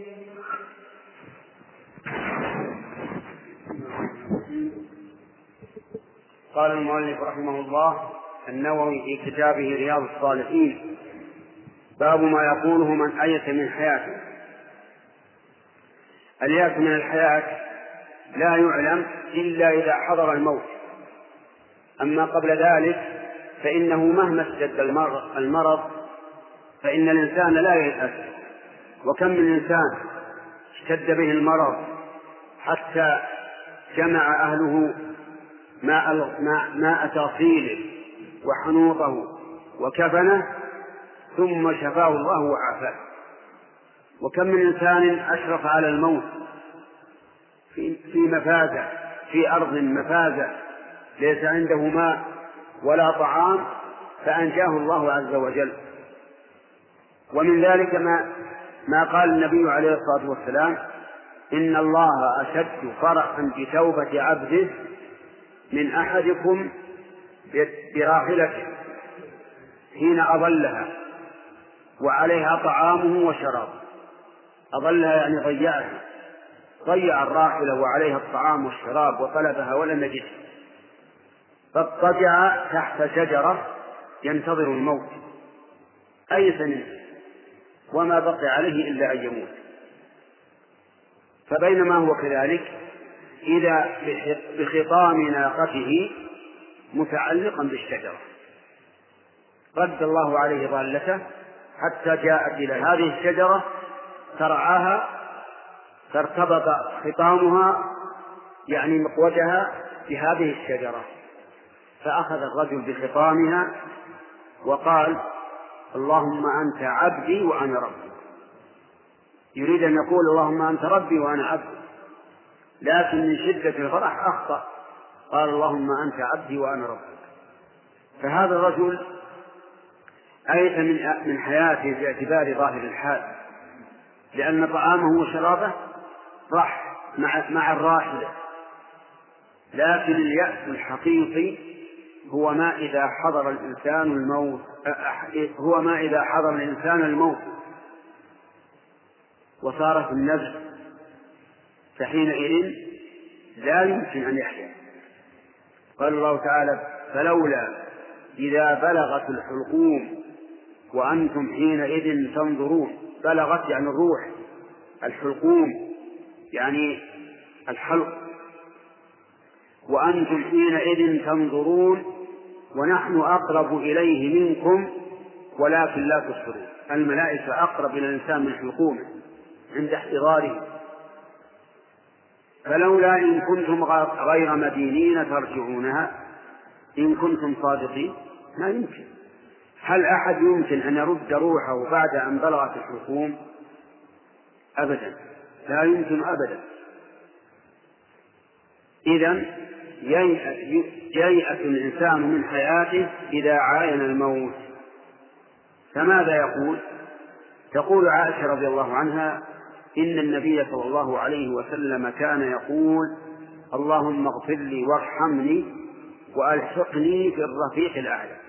قال المؤلف رحمه الله النووي في كتابه رياض الصالحين: باب ما يقوله من أيس من حياته. الياس من الحياة لا يعلم إلا إذا حضر الموت، أما قبل ذلك فإنه مهما اشتد المرض فإن الإنسان لا ييأس. وكم من إنسان اشتد به المرض حتى جمع أهله ماء ماء تغسيله وحنوطه وكفنه ثم شفاه الله وعافاه. وكم من إنسان أشرف على الموت في مفازة في أرض مفازة ليس عنده ماء ولا طعام فأنجاه الله عز وجل. ومن ذلك ما ما قال النبي عليه الصلاة والسلام: إن الله أشد فرحا بتوبة عبده من أحدكم براحلته حين أضلها وعليها طعامه وشرابه. أضلها يعني ضيعها، ضيع الراحلة وعليها الطعام والشراب وطلبها ولم يجدها، فاضطجع تحت شجرة ينتظر الموت أي سنة وما بقي عليه إلا أن يموت. فبينما هو كذلك إذا بخطام ناقته متعلقا بالشجرة رد الله عليه ضالته حتى جاءت إلى هذه الشجرة ترعاها فارتبط خطامها يعني مقودها بهذه الشجرة، فأخذ الرجل بخطامها وقال: اللهم أنت عبدي وأنا ربي. يريد أن يقول اللهم أنت ربي وأنا عبدي، لكن من شدة الفرح أخطأ قال اللهم أنت عبدي وأنا ربي. فهذا الرجل أيس من حياته باعتبار ظاهر الحال، لأن طعامه وشرابه راح مع, مع الراحلة، لكن اليأس الحقيقي هو ما إذا حضر الإنسان الموت هو ما إذا حضر الإنسان الموت وصار في النزع، فحينئذ لا يمكن أن يحيا. قال الله تعالى: فلولا إذا بلغت الحلقوم وأنتم حينئذ تنظرون. بلغت يعني الروح، الحلقوم يعني الحلق، وأنتم حينئذ تنظرون ونحن أقرب إليه منكم ولكن لا تبصرون. الملائكة أقرب إلى الإنسان من حلقومه عند احتضاره. فلولا إن كنتم غير مدينين ترجعونها إن كنتم صادقين. ما يمكن. هل أحد يمكن أن يرد روحه بعد أن بلغت الحلقوم؟ أبدا، لا يمكن أبدا. إذن ييأس الإنسان من حياته إذا عاين الموت. فماذا يقول؟ تقول عائشة رضي الله عنها: إن النبي صلى الله عليه وسلم كان يقول: اللهم اغفر لي وارحمني وألحقني في الرفيق الأعلى.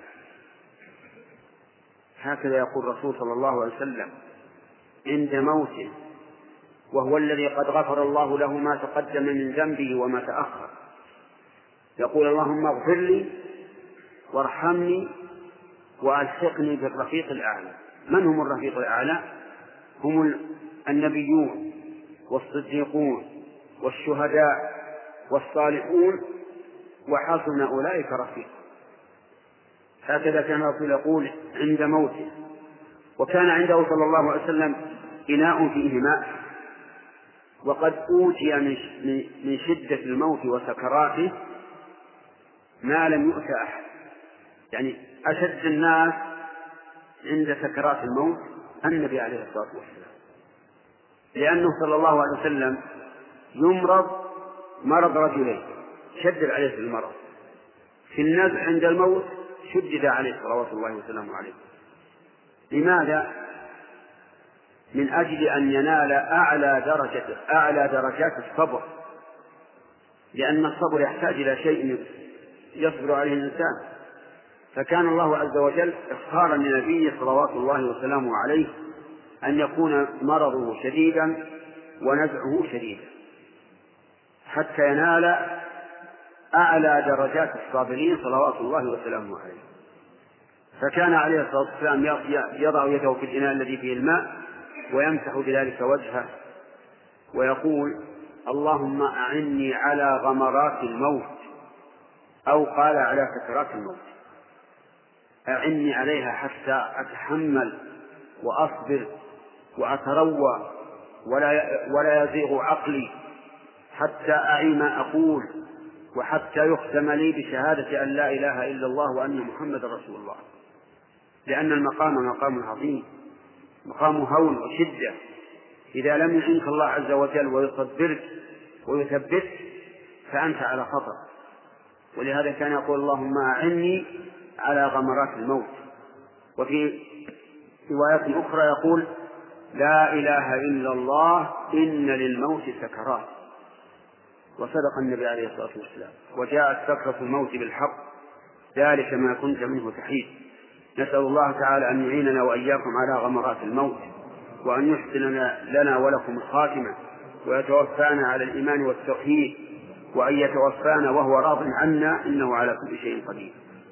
هكذا يقول الرسول صلى الله عليه وسلم عند موته، وهو الذي قد غفر الله له ما تقدم من ذنبه وما تأخر. يقول: اللهم اغفر لي وارحمني وألحقني في الرفيق الأعلى. من هم الرفيق الأعلى؟ هم النبيون والصديقون والشهداء والصالحون وحسن أولئك رفيقا. هكذا كان الرسول يقول عند موته. وكان عنده صلى الله عليه وسلم إناء فيه ماء، وقد أوتي من شدة الموت وسكراته ما لم يؤت أحد. يعني أشد الناس عند سكرات الموت النبي عليه الصلاة والسلام، لأنه صلى الله عليه وسلم يمرض مرض رجلين، شدد عليه في المرض، في النزع عند الموت شدد عليه صلوات الله وسلامه عليه. لماذا؟ من أجل أن ينال أعلى درجة أعلى درجات الصبر، لأن الصبر يحتاج إلى شيء يصبر عليه الإنسان. فكان الله عز وجل اختار لنبيه صلوات الله وسلامه عليه أن يكون مرضه شديدا ونزعه شديدا حتى ينال أعلى درجات الصابرين صلوات الله وسلامه عليه. فكان عليه الصلاة والسلام يضع يده في الإناء الذي فيه الماء ويمسح بذلك وجهه ويقول: اللهم أعني على غمرات الموت، أو قال على سكرات الموت. أعني عليها حتى أتحمل وأصبر وأتروى ولا ولا يزيغ عقلي حتى أعي ما أقول وحتى يختم لي بشهادة أن لا إله إلا الله وأن محمد رسول الله، لأن المقام مقام عظيم، مقام هول وشدة. إذا لم يعنك الله عز وجل ويصبرك ويثبتك فأنت على خطر. ولهذا كان يقول اللهم أعني على غمرات الموت. وفي روايات أخرى يقول لا إله إلا الله إن للموت سكرات. وصدق النبي عليه الصلاة والسلام، وجاءت سكرة الموت بالحق، ذلك ما كنت منه تحيد. نسأل الله تعالى أن يعيننا وإياكم على غمرات الموت، وأن يحسن لنا ولكم الخاتمة، ويتوفانا على الإيمان والتوحيد، وأن يتوفانا وهو راض عنا إنه على كل شيء قدير.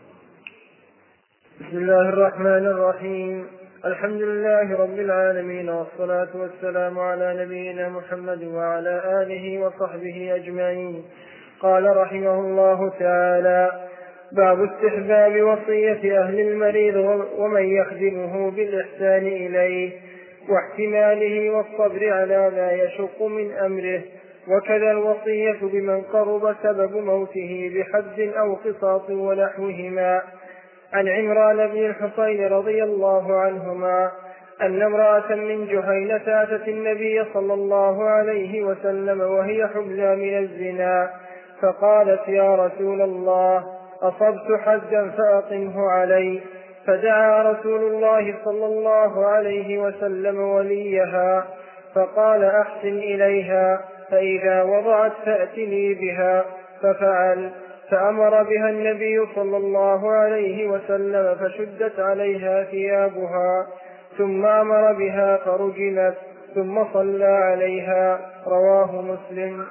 بسم الله الرحمن الرحيم. الحمد لله رب العالمين، والصلاة والسلام على نبينا محمد وعلى آله وصحبه أجمعين. قال رحمه الله تعالى: باب استحباب وصية أهل المريض ومن يخدمه بالإحسان إليه، واحتماله والصبر على ما يشق من أمره، وكذا الوصية بمن قرب سبب موته بحد أو قصاص ونحوهما. عن عمران بن الحصين رضي الله عنهما أن امرأة من جهينة أتت النبي صلى الله عليه وسلم وهي حبلى من الزنا، فقالت: يا رسول الله، أصبت حدا فأقمه علي. فدعا رسول الله صلى الله عليه وسلم وليها فقال: أحسن إليها، فإذا وضعت فأتني بها. ففعل، فأمر بها النبي صلى الله عليه وسلم فشدت عليها ثيابها، ثم أمر بها فرجمت، ثم صلى عليها. رواه مسلم.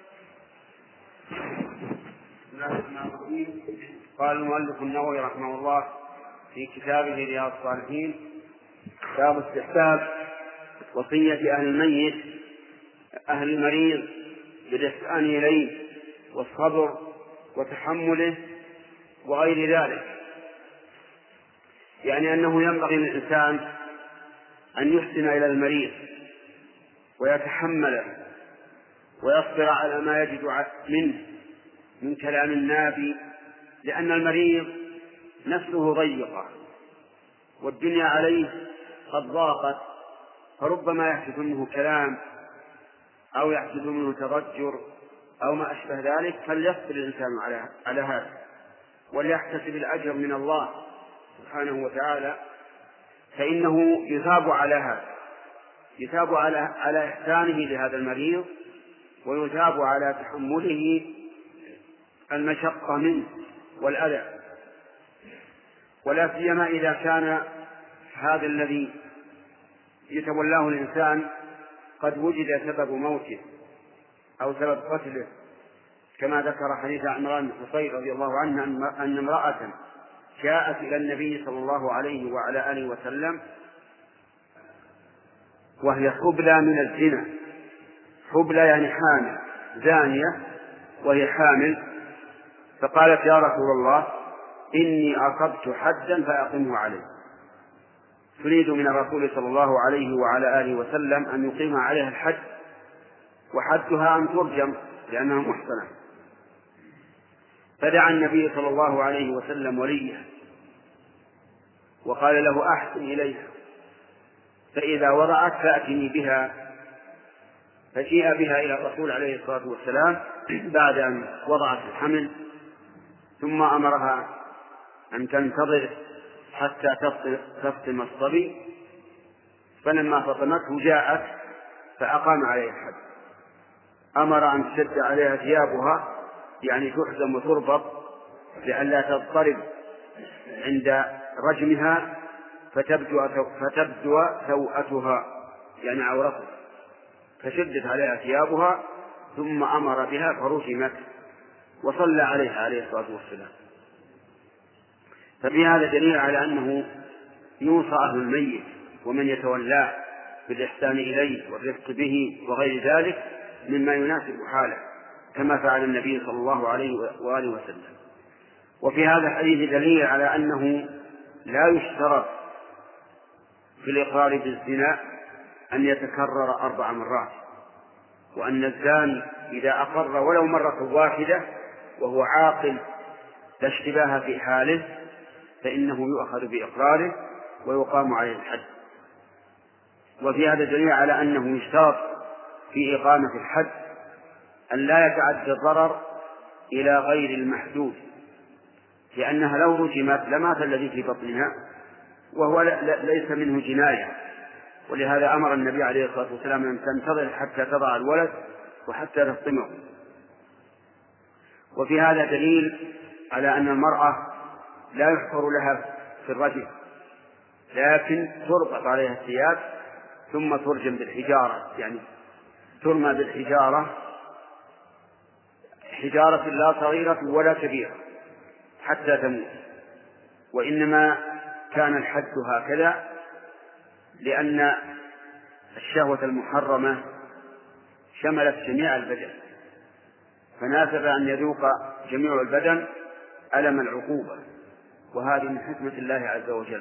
قال المؤلف النووي رحمه الله في كتابه رياض الصالحين: باب استحباب وصية أهل الميت أهل المريض بالإحسان إليه والصبر وتحمله وغير ذلك. يعني أنه ينبغي للإنسان أن يحسن إلى المريض ويتحمله ويصبر على ما يجد منه من كلام النابي، لأن المريض نفسه ضيقة والدنيا عليه قد ضاقت، فربما يحدث منه كلام أو يحدث منه تضجر أو ما أشبه ذلك، فليصبر الإنسان على على هذا وليحتسب الأجر من الله سبحانه وتعالى، فإنه يثاب على هذا، يثاب على على إحسانه لهذا المريض، ويثاب على تحمله المشقة منه والأذى، ولا سيما إذا كان هذا الذي يتولاه الإنسان قد وجد سبب موته أو سبب قتله، كما ذكر حديث عمران بن حصين رضي الله عنه أن امرأة جاءت إلى النبي صلى الله عليه وعلى آله وسلم وهي حبلى من الزنا، حبلى يعني حامل، زانية وهي حامل، فقالت: يا رسول الله، إني أصبت حدا فأقمه علي. تريد من الرسول صلى الله عليه وعلى آله وسلم أن يقيم عليها الحد، وحدها أن ترجم لأنها محصنة. فدعا النبي صلى الله عليه وسلم وليه وقال له: أحسن إليها، فإذا وضعت فأتني بها. فجيء بها إلى الرسول عليه الصلاة والسلام بعد أن وضعت الحمل، ثم أمرها أن تنتظر حتى تفطم الصبي، فلما فطمته جاءت فأقام عليها الحد. أمر أن تشد عليها ثيابها، يعني تحزم وتربط لئلا تضطرب عند رجمها فتبدو, فتبدو سوءتها يعني عورتها، فشدت عليها ثيابها ثم أمر بها فرجمت، وصلى عليها عليه الصلاة والسلام. ففي هذا دليل على أنه يوصى أهل الميت ومن يتولاه بالإحسان إليه والرفق به وغير ذلك مما يناسب حاله، كما فعل النبي صلى الله عليه وآله وسلم. وفي هذا الحديث دليل على أنه لا يشترط في الإقرار بالزنا أن يتكرر أربع مرات، وأن الزاني إذا أقر ولو مرة واحدة وهو عاقل لا اشتباه في حاله فإنه يؤخذ بإقراره ويقام عليه الحد. وفي هذا دليل على أنه يشترط في إقامة الحد أن لا يتعدى الضرر إلى غير المحدود، لأنها لو رجمت لمات الذي في بطنها وهو ليس منه جناية. ولهذا أمر النبي عليه الصلاة والسلام أن تنتظر حتى تضع الولد وحتى تفطمه. وفي هذا دليل على أن المرأة لا يحفر لها في الرجم، لكن تربط عليها الثياب ثم ترجم بالحجارة، يعني ترمى بالحجارة، حجارة لا صغيرة ولا كبيرة حتى تموت. وإنما كان الحد هكذا لأن الشهوة المحرمة شملت جميع البدن، فناسب أن يذوق جميع البدن ألم العقوبة، وهذه من حكمة الله عز وجل.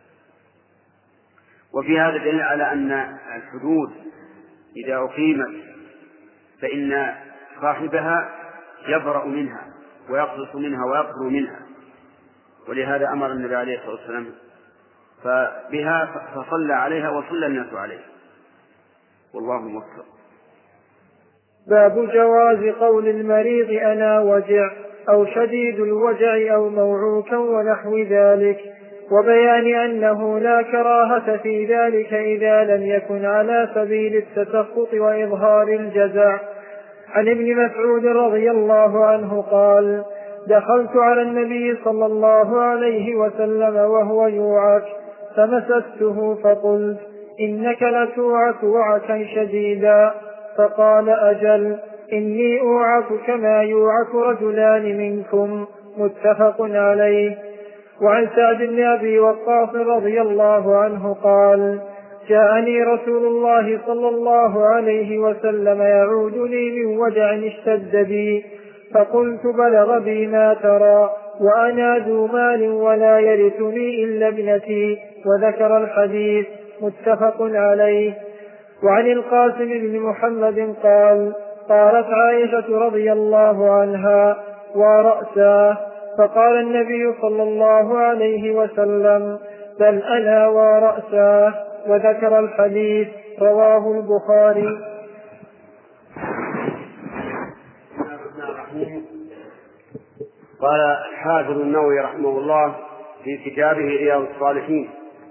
وفي هذا دليل على أن الحدود إذا أقيمت فإن صاحبها يبرأ منها ويقتص منها ويقبل منها، ولهذا أمر النبي عليه الصلاة والسلام فبها فصلى عليها وصلى الناس عليه، والله موفق. باب جواز قول المريض أنا وجع أو شديد الوجع أو موعوكا ونحو ذلك، وبيان أنه لا كراهة في ذلك إذا لم يكن على سبيل التسخط وإظهار الجزع. عن ابن مسعود رضي الله عنه قال: دخلت على النبي صلى الله عليه وسلم وهو يوعك فمسسته فقلت: إنك لتوعك وعكا شديدا. فقال: أجل، إني أوعك كما يوعك رجلان منكم. متفق عليه. وعن سعد بن أبي وقاص رضي الله عنه قال: جاءني رسول الله صلى الله عليه وسلم يعودني من وجع اشتد بي، فقلت: بلغ بي ما ترى، وأنا ذو مال ولا يرثني إلا ابنتي، وذكر الحديث. متفق عليه. وعن القاسم بن محمد قال: قالت عائشة رضي الله عنها: ورأساه. فقال النبي صلى الله عليه وسلم: بل أنا ورأساه، وذكر الحديث. رواه البخاري. قال الحافظ النووي رحمه الله في كتابه رياض الصالحين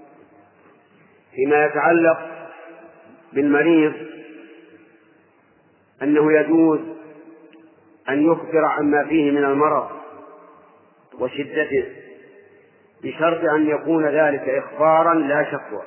فيما يتعلق بالمريض أنه يجوز أن يخبر عما فيه من المرض وشدته، بشرط أن يكون ذلك إخبارا لا شكوى،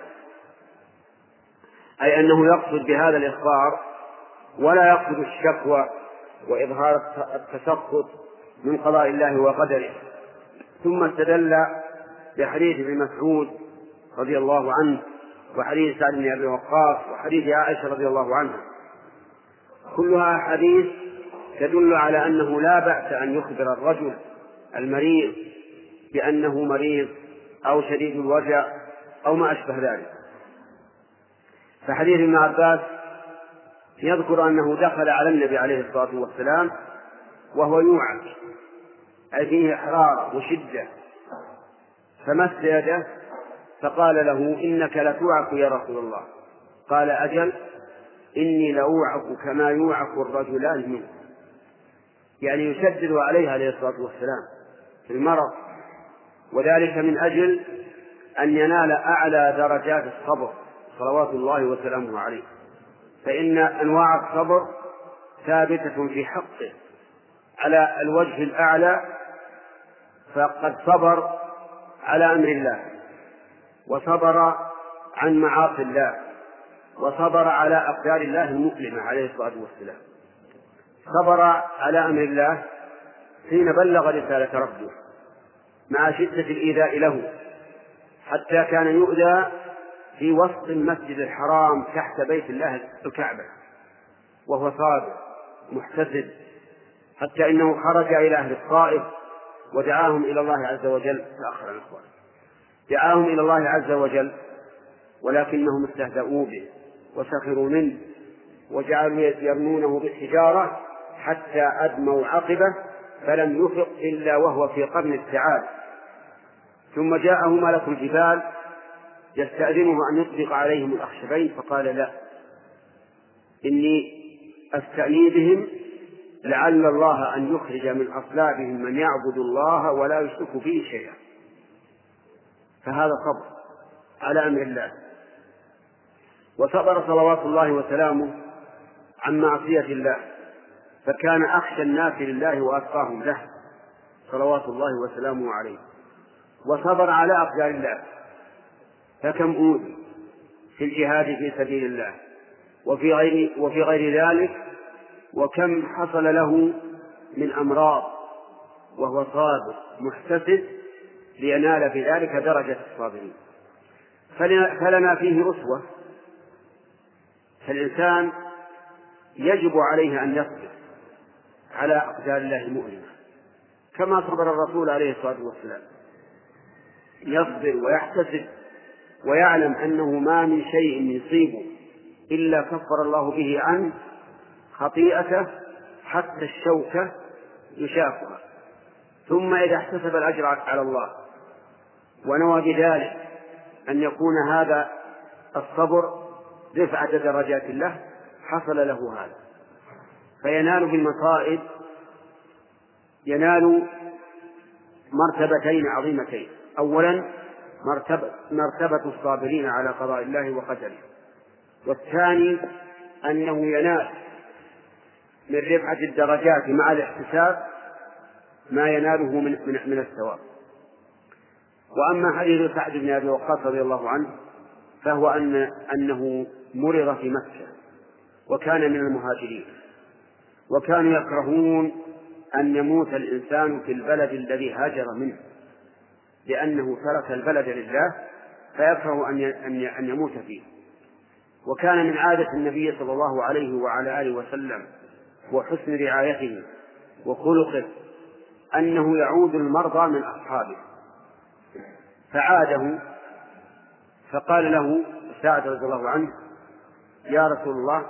أي أنه يقصد بهذا الإخبار ولا يقصد الشكوى وإظهار التسخط من قضاء الله وقدره. ثم استدل بحديث ابن مسعود رضي الله عنه وحديث سعد بن أبي وقاص وحديث عائشة رضي الله عنها، كلها حديث تدل على أنه لا بأس أن يخبر الرجل المريض بأنه مريض أو شديد الوجع أو ما أشبه ذلك. فحديث ابن عباس يذكر أنه دخل على النبي عليه الصلاة والسلام وهو يوعك، أي فيه حرارة وشدة، فمس يده فقال له: إنك لتوعك يا رسول الله. قال: أجل، إني لأوعك كما يوعك الرجلان منه، يعني يشدد عليه عليه الصلاة والسلام في المرض، وذلك من أجل أن ينال أعلى درجات الصبر صلوات الله وسلامه عليه، فإن أنواع الصبر ثابتة في حقه على الوجه الأعلى، فقد صبر على أمر الله، وصبر عن معاصي الله، وصبر على أقدار الله المؤلمة عليه الصلاة والسلام. صبر على أمر الله حين بلغ رسالة ربه مع شدة الإيذاء له، حتى كان يؤذى في وسط المسجد الحرام تحت بيت الله الكعبة وهو صابر محتسب، حتى إنه خرج إلى أهل الطائف ودعاهم إلى الله عز وجل. تأخر الأخوان. دعاهم إلى الله عز وجل ولكنهم استهزأوا به وسخروا منه وجعلوا يرمونه بالحجارة حتى أدموا عقبه فلم يفق إلا وهو في قرن السعادة. ثم جاءه ملك الجبال يستأذنه أن يطبق عليهم الأخشبين فقال لا، إني أستأني بهم لعل الله أن يخرج من أصلابهم من يعبد الله ولا يشرك به شيئا. فهذا صبر على أمر الله. وصبر صلوات الله وسلامه عن معصية الله، فكان أخشى الناس لله وأتقاهم له صلوات الله وسلامه عليه. وصبر على أقدار الله، فكم أوذي في الجهاد في سبيل الله وفي غير, وفي غير ذلك، وكم حصل له من أمراض وهو صابر محتسب لينال في ذلك درجة الصابرين. فلنا فيه أسوة. فالإنسان يجب عليه أن يصبر على أقدار الله المؤلمة كما صبر الرسول عليه الصلاة والسلام، يصبر ويحتسب ويعلم أنه ما من شيء يصيبه إلا كفر الله به عنه خطيئته حتى الشوكة يشاكها. ثم إذا احتسب الأجر على الله ونوى بذلك أن يكون هذا الصبر رفعة درجات الله حصل له هذا، فينال بالمصائب ينال مرتبتين عظيمتين. أولا مرتبة, مرتبة الصابرين على قضاء الله وقدره، والثاني أنه ينال من رفعة الدرجات مع الاحتساب ما يناله من, من, من الثواب. وأما حديث سعد بن أبي وقاص رضي الله عنه فهو أن أنه مرض في مكة وكان من المهاجرين، وكانوا يكرهون أن يموت الإنسان في البلد الذي هاجر منه لأنه ترك البلد لله فيكره أن يموت فيه. وكان من عادة النبي صلى الله عليه وعلى آله وسلم وحسن رعايته وخلقه أنه يعود المرضى من أصحابه، فعاده فقال له سعد رضي الله عنه يا رسول الله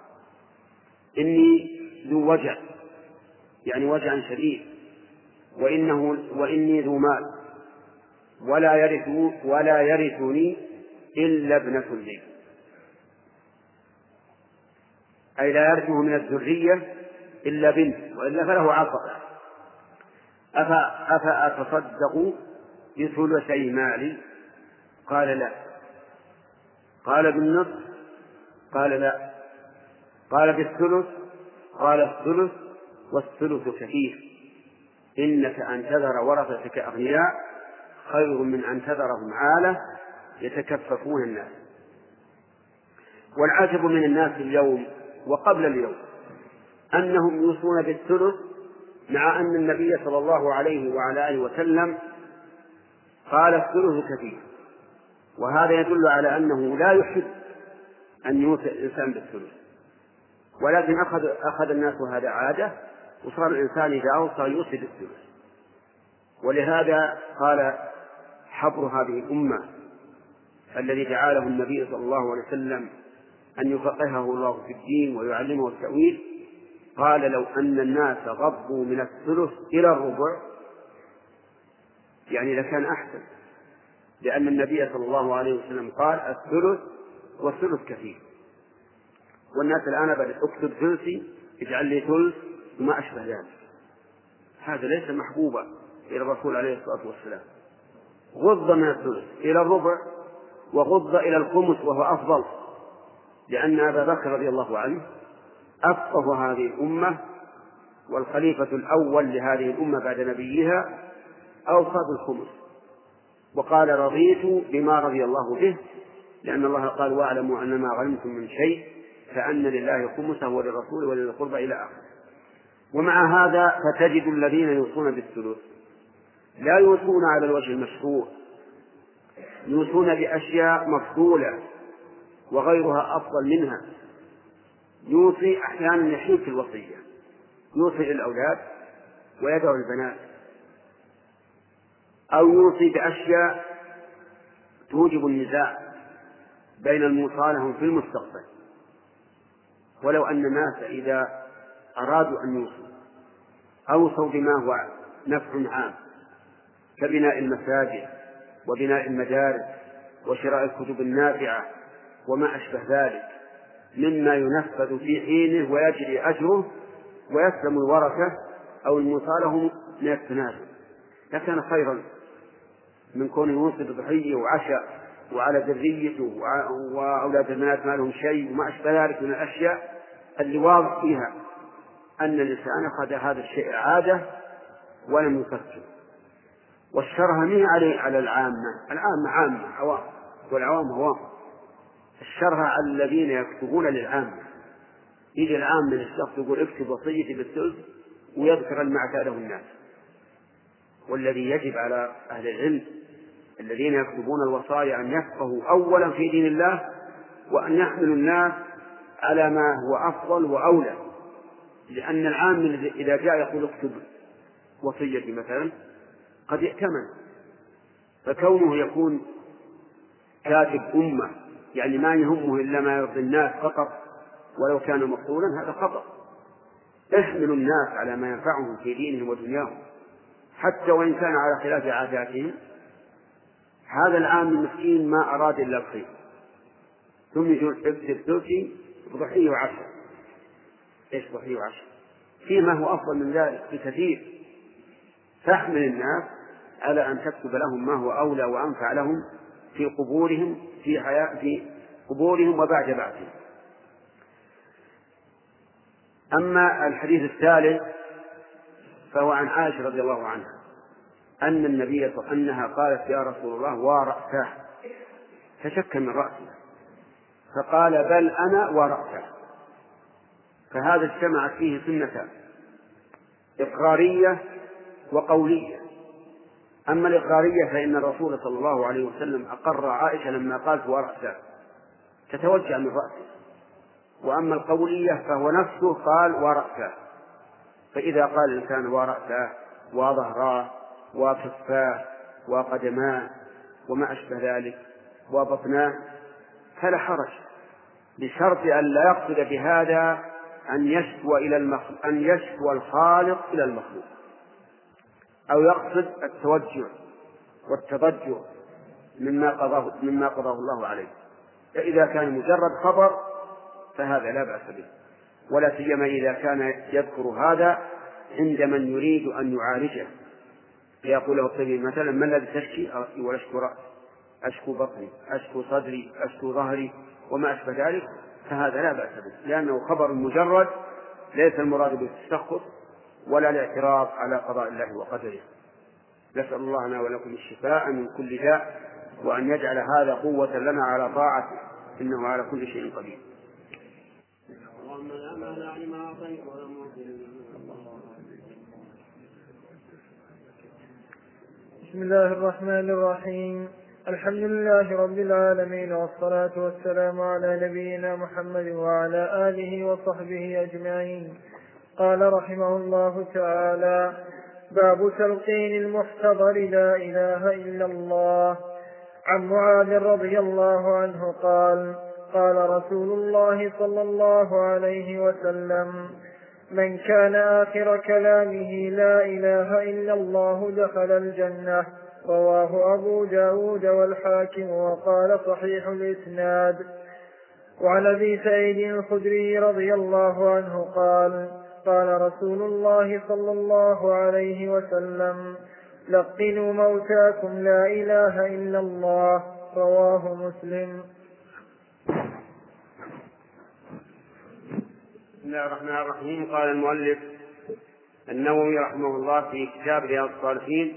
إني ذو وجع، يعني وجع شديد، وإنه وإني ذو مال ولا يرث ولا يرثني إلا ابنة لي، أي لا يرثه من الذرية إلا بنت وإلا فله عصبة، أفأتصدق بثلثي مالي؟ قال لا. قال بالنصف؟ قال لا. قال بالثلث؟ قال الثلث والثلث كثير، إنك أن تذر ورثتك أغنياء خير من أن تذرهم عالة يتكففون الناس. والعجب من الناس اليوم وقبل اليوم أنهم يوصون بالثلث مع أن النبي صلى الله عليه وعلى آله وسلم قال الثلث كثير، وهذا يدل على أنه لا يحب أن يوصي الإنسان بالثلث، ولكن أخذ, أخذ الناس هذا عادة وصار الإنسان إذا أوصى يوصي بالثلث. ولهذا قال حبر هذه الأمة الذي دعا له النبي صلى الله عليه وسلم أن يفقهه الله في الدين ويعلمه التأويل، قال لو أن الناس غضوا من الثلث إلى الربع يعني لكان أحسن، لأن النبي صلى الله عليه وسلم قال الثلث والثلث كثير. والناس الآن بدأ اكتب ثلثي اجعل لي ثلث وما أشبه ذلك، هذا ليس محبوبا إلى الرسول عليه الصلاة والسلام. غض من الثلث إلى الربع وغض إلى الخمس وهو أفضل، لأن أبا بكر رضي الله عنه أفقه هذه الأمة والخليفة الأول لهذه الأمة بعد نبيها أوصى بالخمس، وقال رضيت بما رضي الله به، لأن الله قال واعلموا أن ما غنمتم من شيء فأن لله خمسه وللرسول ولذي القربى إلى آخره. ومع هذا فتجد الذين يوصون بالثلث لا يوصون على الوجه المشروع، يوصون بأشياء مفضولة وغيرها أفضل منها. يوصي أحيانا يحيط الوصية، يوصي للأولاد ويدعو البنات، أو يوصي بأشياء توجب النزاع بين الموصى لهم في المستقبل. ولو أن الناس إذا أرادوا أن يوصوا أوصوا بما هو نفع عام كبناء المساجد وبناء المدارس وشراء الكتب النافعة وما أشبه ذلك مما ينفذ في حينه ويجري أجره ويسلم الورثة أو الموصى لهم من التنازل، لكان خيرا من كون يوصي بضحية وعشاء وعلى ذريته وأولاد البنات ما لهم شيء وما أشبه ذلك من الأشياء اللي واضح فيها أن الإنسان أخذ هذا الشيء عادة ولم يفكر. والشرها من عليه على العامة، العامة عامة عوام والعوام عوام، الشرها على الذين يكتبون للعامة. يجي العام من الشخص يقول اكتب وصيتي بالثلث ويذكر ما اعتاده الناس. والذي يجب على أهل العلم الذين يكتبون الوصايا أن يفقهوا أولا في دين الله وأن يحملوا الناس على ما هو أفضل وأولى، لأن العامل إذا جاء يقول اكتب وصيتي مثلا قد ائتمن، فكونه يكون كاتب أمة يعني ما يهمه إلا ما يرضي الناس فقط ولو كان مقتولا هذا خطأ. احملوا الناس على ما ينفعهم في دينهم ودنياهم حتى وإن كان على خلاف عاداتهم. هذا العام المسكين ما أراد إلا الخير، ثم يقول اكتب ثلثي بضحية وعشر. ايش ضحية وعشر؟ فيما هو أفضل من ذلك بكثير. تحمل الناس على أن تكتب لهم ما هو أولى وأنفع لهم في قبورهم في حياة في قبورهم وبعد بعثهم. أما الحديث الثالث فهو عن عائشة رضي الله عنها أن النبي أنها قالت يا رسول الله ورأسه، فشك من رأسه فقال بل أنا ورأسه. فهذا اجتمعت فيه سنتان إقرارية وقولية. أما الإقرارية فإن الرسول صلى الله عليه وسلم أقر عائشة لما قالت ورأسه تتوجع من رأسه، وأما القولية فهو نفسه قال ورأسه. فإذا قال الإنسان ورأسه وظهراه وكفاه وقدماه وما أشبه ذلك وبطناه فلا حرج، بشرط أن لا يقصد بهذا أن يشكو إلى المخلوق أن يشكو الخالق إلى المخلوق، أو يقصد التوجع والتضجع مما قضاه مما قضاه الله عليه. فإذا كان مجرد خبر فهذا لا بأس به، ولا سيما إذا كان يذكر هذا عند من يريد أن يعالجه، فيقول له الطبيب مثلا ما الذي تشكي؟ يقول أشكو رأسي، أشكو بطني، أشكو صدري، أشكو ظهري وما أشبه ذلك، فهذا لا بأس به، لأنه خبر مجرد ليس المراد بالتسخط ولا الاعتراض على قضاء الله وقدره. نسأل الله لنا ولكم الشفاء من كل داء، وأن يجعل هذا قوة لنا على طاعته، إنه على كل شيء قدير. بسم الله الرحمن الرحيم. الحمد لله رب العالمين، والصلاة والسلام على نبينا محمد وعلى آله وصحبه أجمعين. قال رحمه الله تعالى: باب تلقين المحتضر لا إله إلا الله. عن معاذ رضي الله عنه قال: قال رسول الله صلى الله عليه وسلم: من كان آخر كلامه لا إله إلا الله دخل الجنة. رواه أبو داود والحاكم وقال صحيح الإسناد. وعن أبي سعيد الخدري رضي الله عنه قال: قال رسول الله صلى الله عليه وسلم: لقنوا موتاكم لا إله إلا الله. رواه مسلم. بسم الله الرحمن الرحيم. قال المؤلف النووي رحمه الله في كتاب رياض الصالحين: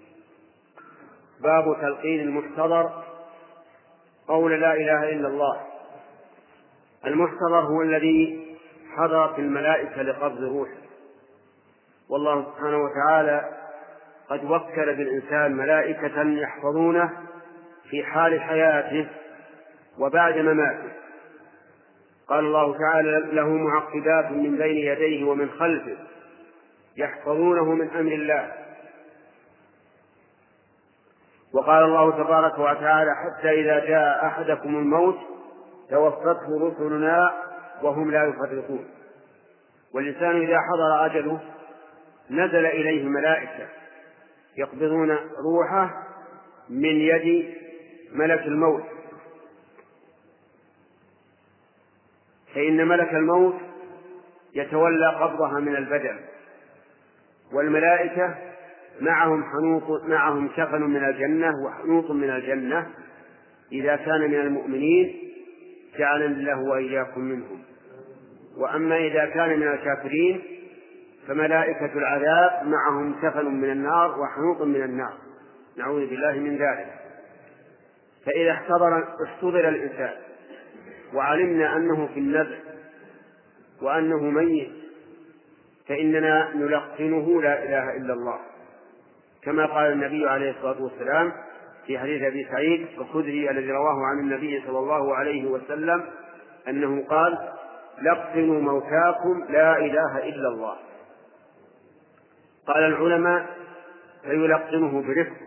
باب تلقين المحتضر قول لا إله إلا الله. المحتضر هو الذي حضرت الملائكة لقبض روحه، والله سبحانه وتعالى قد وكل بالإنسان ملائكة يحفظونه في حال حياته وبعد مماته. قال الله تعالى: له معقبات من بين يديه ومن خلفه يحفظونه من أمر الله. وقال الله تبارك وتعالى: حتى إذا جاء أحدكم الموت توفته رسلنا وهم لا يفرطون. والإنسان إذا حضر أجله نزل إليه ملائكة يقبضون روحه من يد ملك الموت، فإن ملك الموت يتولى قبضها من البدن، والملائكة معهم حنوط معهم كفن من الجنة وحنوط من الجنة، إذا كان من المؤمنين جعلنا الله وإياكم منهم. وأما إذا كان من الكافرين فملائكة العذاب معهم كفن من النار وحنوط من النار، نعوذ بالله من ذلك. فإذا احتضر احتضر الإنسان وعلمنا أنه في النزع وأنه ميت فإننا نلقنه لا إله إلا الله، كما قال النبي عليه الصلاة والسلام في حديث أبي سعيد الخدري الذي رواه عن النبي صلى الله عليه وسلم أنه قال: لقنوا موتاكم لا إله إلا الله. قال العلماء: فيلقنه برفق،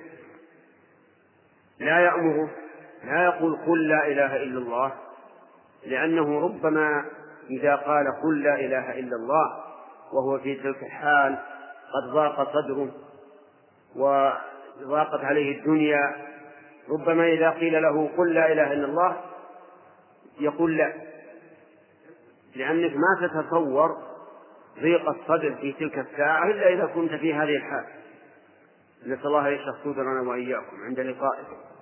لا يأمره، لا يقول قل لا إله إلا الله، لأنه ربما إذا قال قل لا إله إلا الله وهو في تلك الحال قد ضاق صدره وضاقت عليه الدنيا، ربما إذا قيل له قل لا إله إلا الله يقول لا، لأنك ما تتصور ضيق الصدر في تلك الساعة إلا إذا كنت في هذه الحال. نسأل الله يشرح صدرنا وإياكم عند لقائه.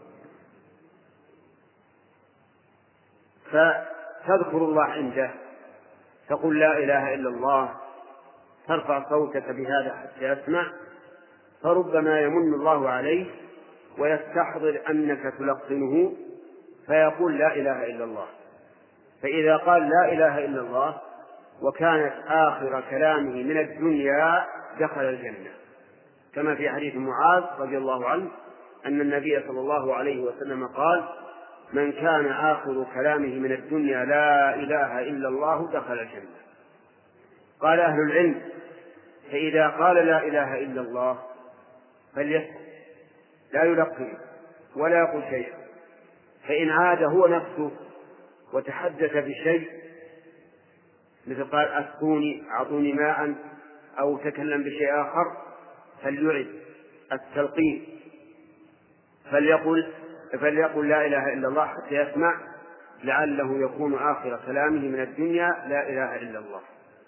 فتذكر الله عنده، تقول لا إله إلا الله، ترفع صوتك بهذا حتى يسمع، فربما يمن الله عليه ويستحضر أنك تلقنه فيقول لا إله إلا الله. فإذا قال لا إله إلا الله وكانت آخر كلامه من الدنيا دخل الجنة، كما في حديث معاذ رضي الله عنه أن النبي صلى الله عليه وسلم قال: من كان آخر كلامه من الدنيا لا إله إلا الله دخل الجنة. قال أهل العلم: فإذا قال لا إله إلا الله فليسكت، لا يلقن ولا يقول شيئا، فإن عاد هو نفسه وتحدث بشيء مثل قال أسقوني أعطوني ماء أو تكلم بشيء آخر فليعد التلقين، فليقل فليقل لا إله إلا الله حتى يسمع، لعله يكون آخر كلامه من الدنيا لا إله إلا الله.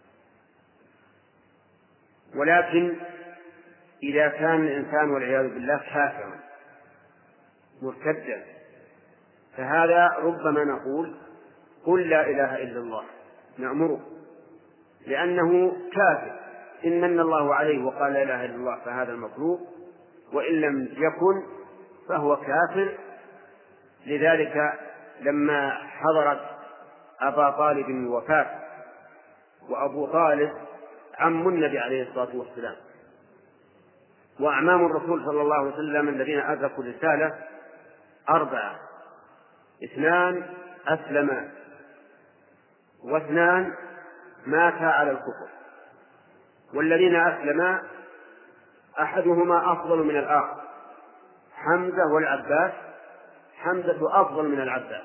ولكن إذا كان الإنسان والعياذ بالله كافرا مرتدا فهذا ربما نقول قل لا إله إلا الله، نأمره، لأنه كافر إن من الله عليه وقال لا إله إلا الله فهذا المطلوب، وإن لم يكن فهو كافر. لذلك لما حضرت أبا طالب الوفاة، وأبو طالب عم النبي عليه الصلاة والسلام وأعمام الرسول صلى الله عليه وسلم الذين أدركوا الرسالة أربعة: اثنان أسلما، واثنان ماتا على الكفر. والذين أسلما أحدهما أفضل من الآخر، حمزة والعباس، حمزة أفضل من العباس.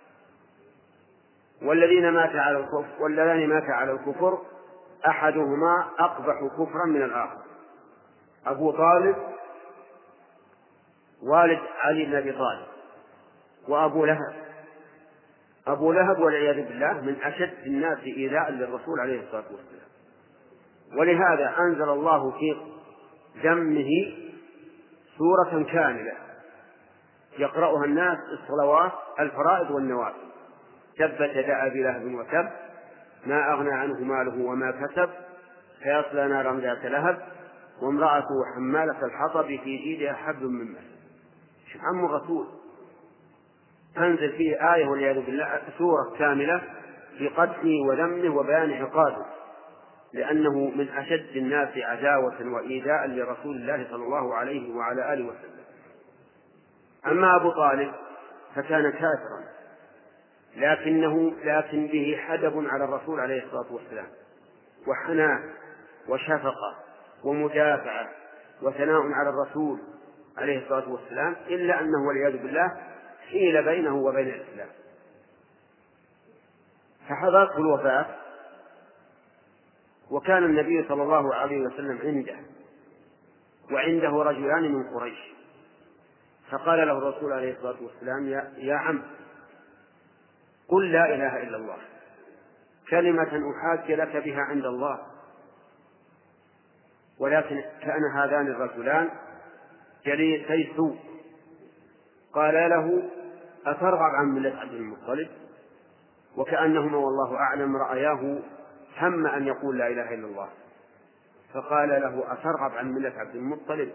والذين مات على الكفر والذين مات على الكفر أحدهما أقبح كفرا من الآخر، أبو طالب والد علي بن أبي طالب، وأبو لهب. أبو لهب والعياذ بالله من أشد الناس إيذاء للرسول عليه الصلاة والسلام، ولهذا أنزل الله في ذمه سورة كاملة يقرأها الناس الصلوات الفرائض والنوافل: تبت يدا أبي لهب وتب ما أغنى عنه ماله وما كسب سيصلى نارا ذات لهب وامرأته حمالة الحطب في جيدها حبل من مسد. شوف عم الرسول تنزل فيه آية والعياذ بالله سورة كاملة في قتله وذمه وبيان عقابه، لأنه من أشد الناس عداوة وإيذاء لرسول الله صلى الله عليه وعلى آله وسلم. أما أبو طالب فكان كافرا، لكنه لكن به حدب على الرسول عليه الصلاة والسلام، وحنان وشفقة ومدافعة وثناء على الرسول عليه الصلاة والسلام، إلا أنه والعياذ بالله حيل بينه وبين الإسلام، فحضرته الوفاة، وكان النبي صلى الله عليه وسلم عنده وعنده رجلان من قريش، فقال له الرسول عليه الصلاة والسلام: يا, يا عم، قل لا إله إلا الله، كلمة أحاج لك بها عند الله. ولكن كان هذان الرجلان جليسي سوء، قال له: أترغب عن ملة عبد المطلب؟ وكأنهما والله أعلم رأياه هم أن يقول لا إله إلا الله، فقال له: أترغب عن ملة عبد المطلب؟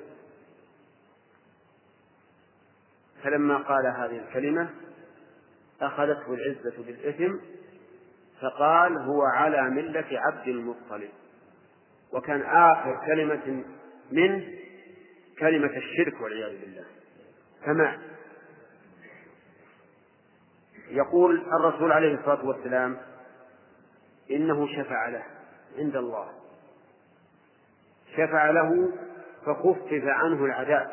فلما قال هذه الكلمة أخذته العزة بالإثم، فقال: هو على ملة عبد المطلب. وكان آخر كلمة منه كلمة الشرك والعياذ بالله. فما يقول الرسول عليه الصلاة والسلام: إنه شفع له عند الله، شفع له فخفف عنه العذاب،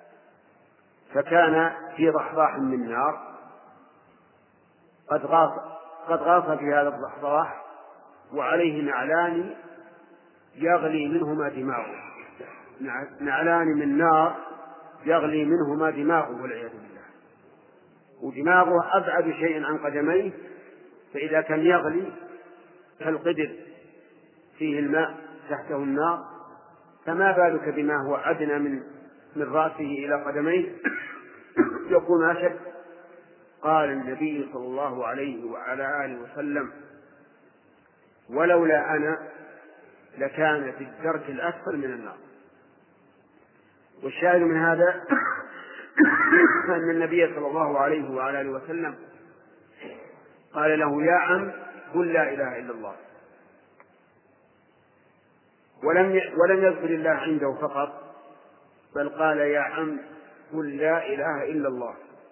فكان في ضحضاح من نار قد غاص قد غاص في هذا الضحضاح، وعليه نعلان يغلي منهما دماغه، نعلان من نار يغلي منهما دماغه والعياذ بالله، ودماغه أبعد شيء عن قدميه، فإذا كان يغلي كالقدر فيه الماء تحته النار، فما بالك بما هو أدنى من من رأسه إلى قدميه يكون أشد. قال النبي صلى الله عليه وعلى آله وسلم: ولولا أنا لكان في الدرك الأسفل من النار. والشاهد من هذا أن النبي صلى الله عليه وعلى آله وسلم قال له: يا عم، قل لا إله إلا الله. ولم ولم يذكر الله عنده فقط، بل قال: يا عم، قل لا إله إلا الله.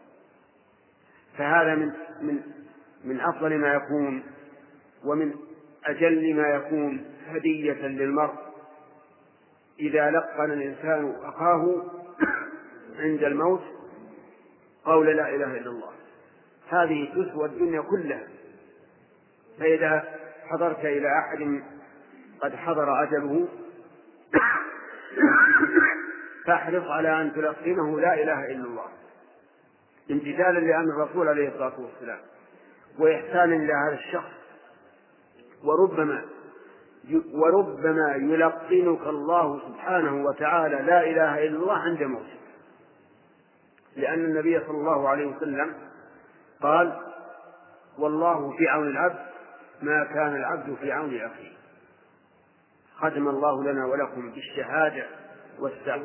فهذا من من من أفضل ما يكون ومن أجل ما يكون هدية للمرء إذا لقن الإنسان أخاه عند الموت قول لا إله إلا الله. هذه تسوى الدنيا كلها. فإذا حضرت إلى أحد قد حضر أجله فاحرص على أن تلقنه لا إله إلا الله، امتثالا لأمر الرسول عليه الصلاة والسلام، وإحسانا إلى هذا الشخص. وربما وربما يلقنك الله سبحانه وتعالى لا إله إلا الله عند موته، لأن النبي صلى الله عليه وسلم قال: والله في عون العبد ما كان العبد في عون أخيه. ختم الله لنا ولكم بالشهادة والسعي.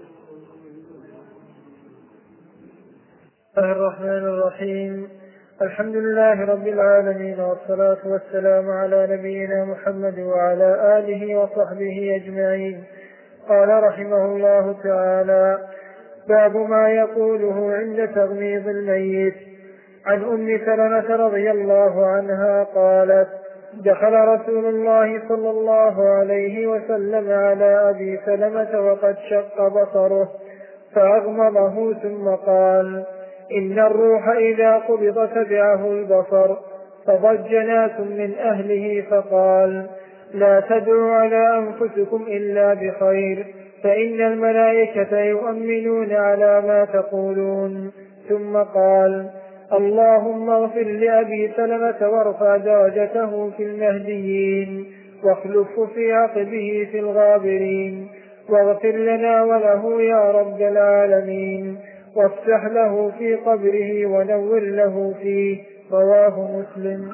بسم الله الرحمن الرحيم. الحمد لله رب العالمين، والصلاة والسلام على نبينا محمد وعلى آله وصحبه أجمعين. قال رحمه الله تعالى: باب ما يقوله عند تغميض الميت. عن أم سلمة رضي الله عنها قالت: دخل رسول الله صلى الله عليه وسلم على أبي سلمة وقد شق بصره فأغمضه ثم قال: إن الروح إذا قبض تبعه البصر. فضج ناس من أهله فقال: لا تدعوا على أنفسكم إلا بخير، فإن الملائكة يؤمنون على ما تقولون. ثم قال: اللهم اغفر لأبي سلمة وارفع درجته في المهديين، واخلفه في عقبه في الغابرين، واغفر لنا وله يا رب العالمين، وافتح له في قبره ونور له فيه. رواه مسلم.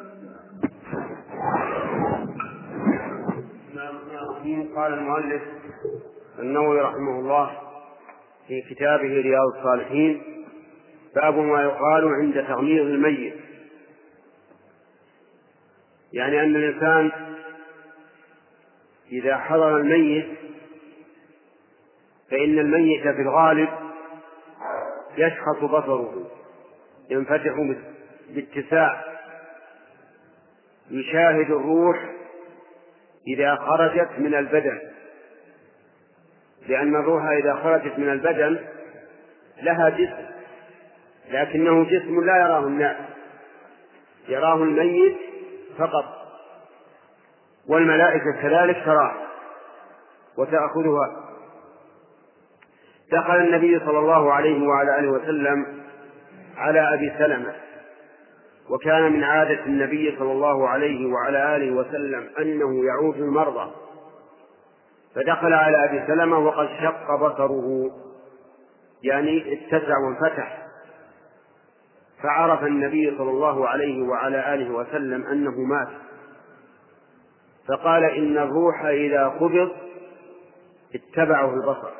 قال المؤلف النووي رحمه الله في كتابه رياض الصالحين: باب ما يقال عند تغميض الميت. يعني أن الإنسان إذا حضر الميت فإن الميت في الغالب يشخص بصره، ينفتح باتساع، يشاهد الروح إذا خرجت من البدن، لأن الروح إذا خرجت من البدن لها جسم، لكنه جسم لا يراه الناس، يراه الميت فقط، والملائكة كذلك تراه وتأخذها. دخل النبي صلى الله عليه وعلى آله وسلم على أبي سلمة، وكان من عادة النبي صلى الله عليه وعلى آله وسلم أنه يعود المرضى، فدخل على أبي سلمة وقد شق بصره، يعني اتسع وانفتح، فعرف النبي صلى الله عليه وعلى آله وسلم أنه مات، فقال إن الروح إذا قبض اتبعه البصر.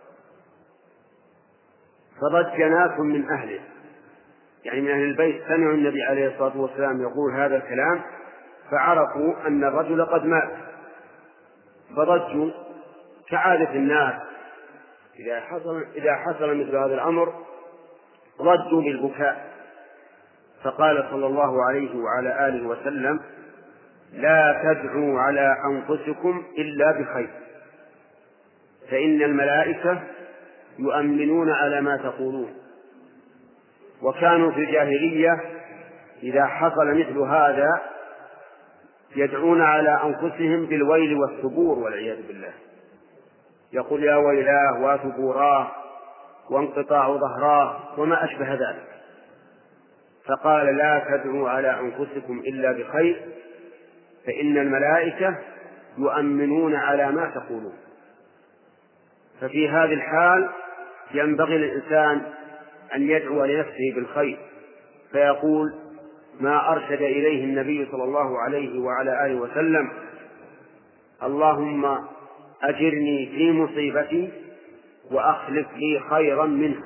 فضج ناس من أهله، يعني من أهل البيت، سمعوا النبي عليه الصلاة والسلام يقول هذا الكلام، فعرفوا أن الرجل قد مات، فضجوا كعادة الناس إذا حصل, إذا حصل مثل هذا الأمر ضجوا بالبكاء. فقال صلى الله عليه وعلى آله وسلم: لا تدعوا على أنفسكم إلا بخير، فإن الملائكة يؤمنون على ما تقولون. وكانوا في الجاهلية إذا حصل مثل هذا يدعون على أنفسهم بالويل والثبور والعياذ بالله، يقول يا ويلاه وثبوراه وانقطاع ظهراه وما أشبه ذلك. فقال: لا تدعوا على أنفسكم إلا بخير، فإن الملائكة يؤمنون على ما تقولون. ففي هذه الحال ينبغي للإنسان أن يدعو لنفسه بالخير، فيقول ما أرشد إليه النبي صلى الله عليه وعلى آله وسلم: اللهم أجرني في مصيبتي وأخلف لي خيرا منها،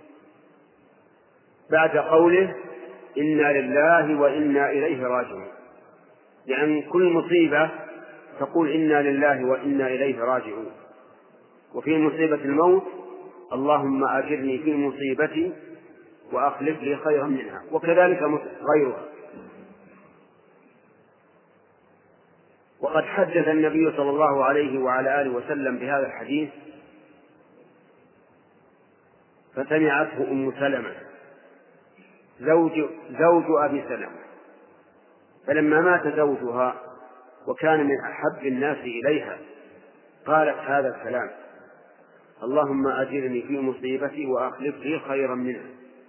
بعد قوله إنا لله وإنا إليه راجعون. يعني كل مصيبة تقول إنا لله وإنا إليه راجعون. وفي مصيبة الموت: اللهم أجرني في مصيبتي وأخلف لي خيرا منها، وكذلك غيرها. وقد حدث النبي صلى الله عليه وعلى آله وسلم بهذا الحديث فسمعته أم سلمة زوج, زوج أبي سلمة، فلما مات زوجها وكان من أحب الناس إليها قالت هذا الكلام: اللهم أجرني في مصيبتي وأخلف لي خيرا منها.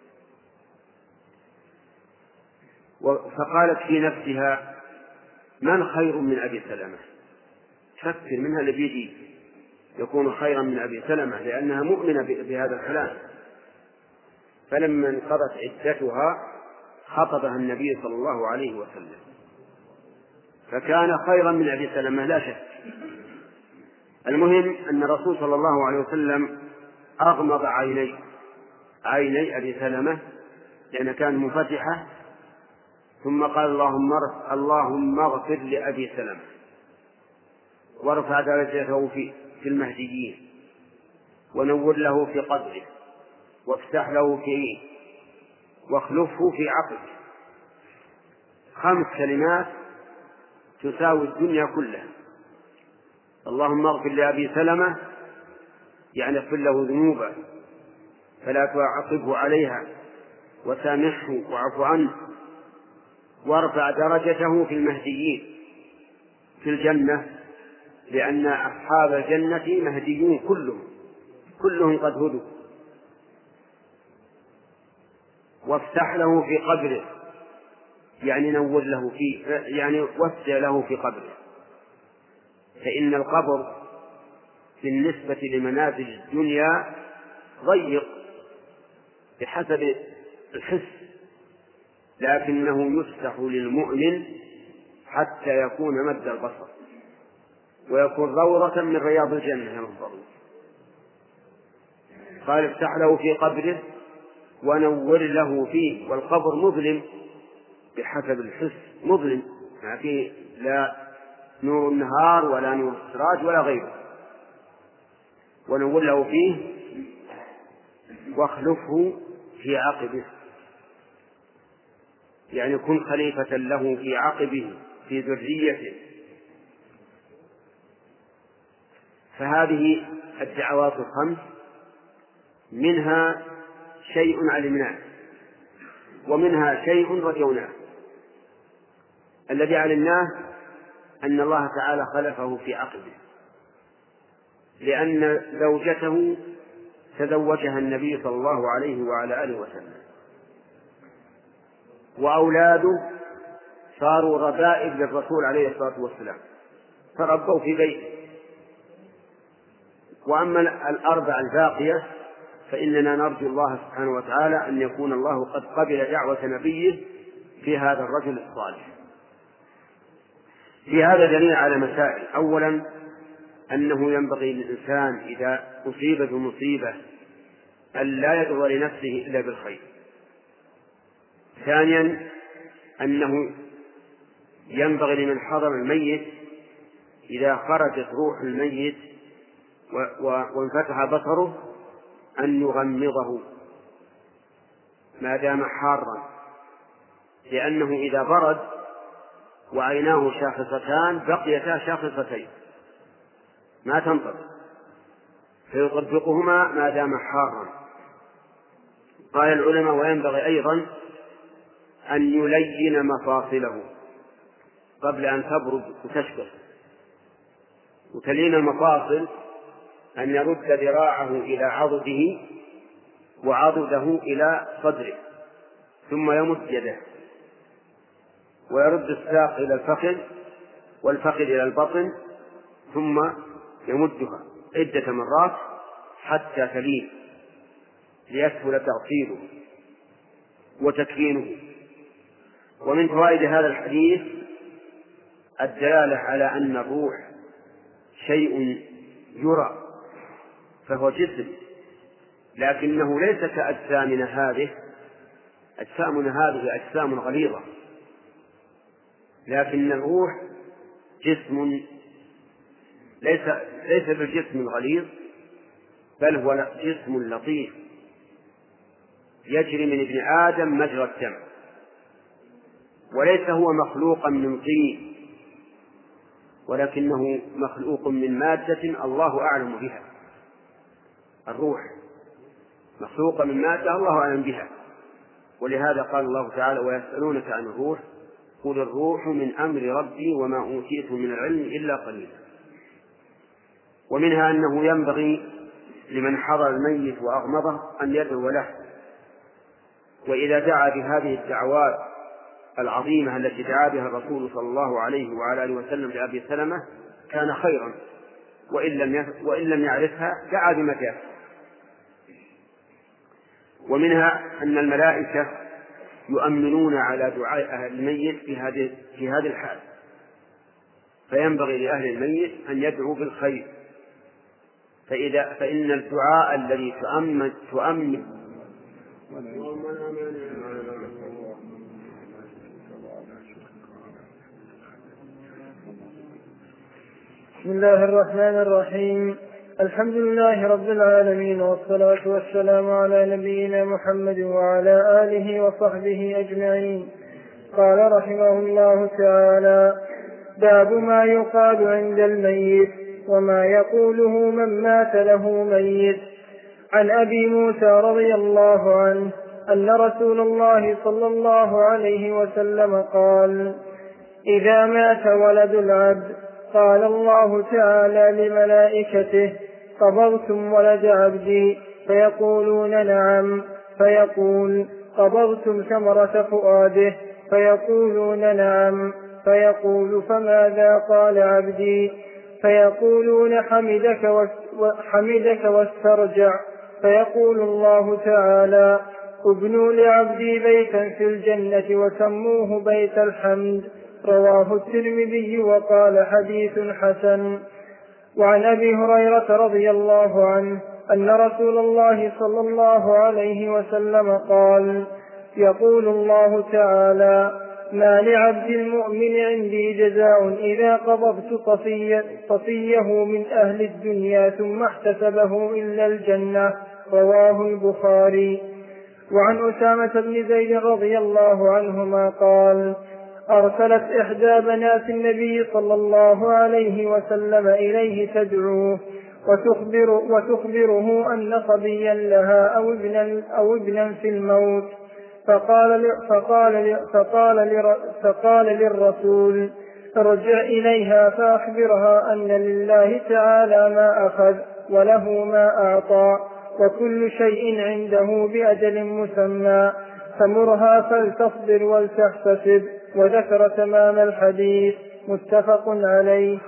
فقالت في نفسها: من خير من أبي سلمة؟ تفكر منها اللي بيجي يكون خيرا من أبي سلمة، لأنها مؤمنة بهذا الكلام. فلما انقضت عدتها خطبها النبي صلى الله عليه وسلم، فكان خيرا من أبي سلمة لا شك. المهم أن الرسول صلى الله عليه وسلم أغمض عيني عيني أبي سلمة لأنها كانت منفتحة، ثم قال: اللهم اللهم اغفر لأبي سلمة وارفع درجته في في المهديين، ونور له في قبره، وافتح له فيه، واخلفه في عقله. خمس كلمات تساوي الدنيا كلها. اللهم اغفر لأبي سلمة يعني اغفر له ذنوبه فلا تعاقبه عليها، وسامحه واعف عنه، وارفع درجته في المهديين في الجنة، لأن أصحاب الجنة مهديون كلهم كلهم قد هدوا. وافتح له في قبره يعني نور له فيه، يعني وسع له في قبره، فإن القبر بالنسبة لمنازل الدنيا ضيق بحسب الحس، لكنه يفتح للمؤمن حتى يكون مد البصر ويكون روضة من رياض الجنة ينظر. قال: افتح له في قبره ونور له فيه، والقبر مظلم بحسب الحس، مظلم ما فيه لا نور النهار ولا نور السراج ولا غيره. ونور له فيه واخلفه في عقبه، يعني كن خليفة له في عقبه في ذريته. فهذه الدعوات الخمس منها شيء علمناه ومنها شيء رجوناه. الذي علمناه أن الله تعالى خلفه في عقبه، لأن زوجته تزوجها النبي صلى الله عليه وعلى آله وسلم، وأولاده صاروا ربائب للرسول عليه الصلاة والسلام تربوا في بيته. وأما الأربع الباقية فإننا نرجو الله سبحانه وتعالى أن يكون الله قد قبل دعوة نبيه في هذا الرجل الصالح. في هذا دليل على مسائل: أولا أنه ينبغي للإنسان إذا أصيب بمصيبة أن لا يدعو لنفسه إلا بالخير. ثانيا أنه ينبغي لمن حضر الميت إذا خرجت روح الميت وانفتح بصره أن يغمضه ما دام حارا، لأنه إذا برد وعيناه شاخصتان بقيتا شاخصتين ما تنطق، فيطبقهما ما دام حارا. قال العلماء: وينبغي أيضا أن يلين مفاصله قبل أن تبرد وتشكر. وتلين المفاصل أن يرد ذراعه إلى عضده وعضده إلى صدره، ثم يمد يده ويرد الساق إلى الفخذ والفخذ إلى البطن، ثم يمدها عدة مرات حتى تلين ليسهل تغسيله وتكفينه. ومن فوائد هذا الحديث الدلالة على أن الروح شيء يرى، فهو جسم، لكنه ليس كأجسامنا هذه. أجسامنا هذه أجسام غليظة، لكن الروح جسم ليس ليس بالجسم الغليظ، بل هو جسم لطيف يجري من ابن آدم مجرى الدم، وليس هو مخلوقا من طين، ولكنه مخلوق من مادة الله أعلم بها. الروح مخلوقة من مادة الله أعلم بها، ولهذا قال الله تعالى: ويسألونك عن الروح قل الروح من أمر ربي وما أوتيتم من العلم إلا قليلا. ومنها أنه ينبغي لمن حضر الميت وأغمضه أن يدعو له، وإذا دعا بهذه الدعوات العظيمة التي دعا بها الرسول صلى الله عليه وعلى آله وسلم لأبي سلمة كان خيرا، وإن لم وإن لم يعرفها دعا بما جاء. ومنها أن الملائكة يؤمنون على دعاء أهل الميت في هذه في هذه الحال، فينبغي لأهل الميت أن يدعوا بالخير، فإذا فإن الدعاء الذي تؤمن تؤمن بسم الله الرحمن الرحيم. الحمد لله رب العالمين، والصلاة والسلام على نبينا محمد وعلى آله وصحبه أجمعين. قال رحمه الله تعالى: باب ما يقال عند الميت وما يقوله من مات له ميت. عن أبي موسى رضي الله عنه أن رسول الله صلى الله عليه وسلم قال: إذا مات ولد العبد قال الله تعالى لملائكته: قبضتم ولد عبدي؟ فيقولون: نعم. فيقول: قبضتم ثمرة فؤاده؟ فيقولون: نعم. فيقول: فماذا قال عبدي؟ فيقولون: حمدك حمدك واسترجع. فيقول الله تعالى: ابنوا لعبدي بيتا في الجنة وسموه بيت الحمد. رواه الترمذي وقال: حديث حسن. وعن أبي هريرة رضي الله عنه أن رسول الله صلى الله عليه وسلم قال: يقول الله تعالى: ما لعبد المؤمن عندي جزاء إذا قبضت صفيه من أهل الدنيا ثم احتسبه إلا الجنة. رواه البخاري. وعن أسامة بن زيد رضي الله عنهما قال: أرسلت إحدى بنات النبي صلى الله عليه وسلم إليه تدعوه، وتخبر وتخبره أن صبيا لها أو ابنا, أو ابنا في الموت، فقال, فقال, فقال, فقال للرسول ارجع إليها فأخبرها أن لله تعالى ما أخذ وله ما أعطى وكل شيء عنده بأجل مسمى، فمرها فلتصبر ولتحتسب. وذكر تمام الحديث. متفق عليه.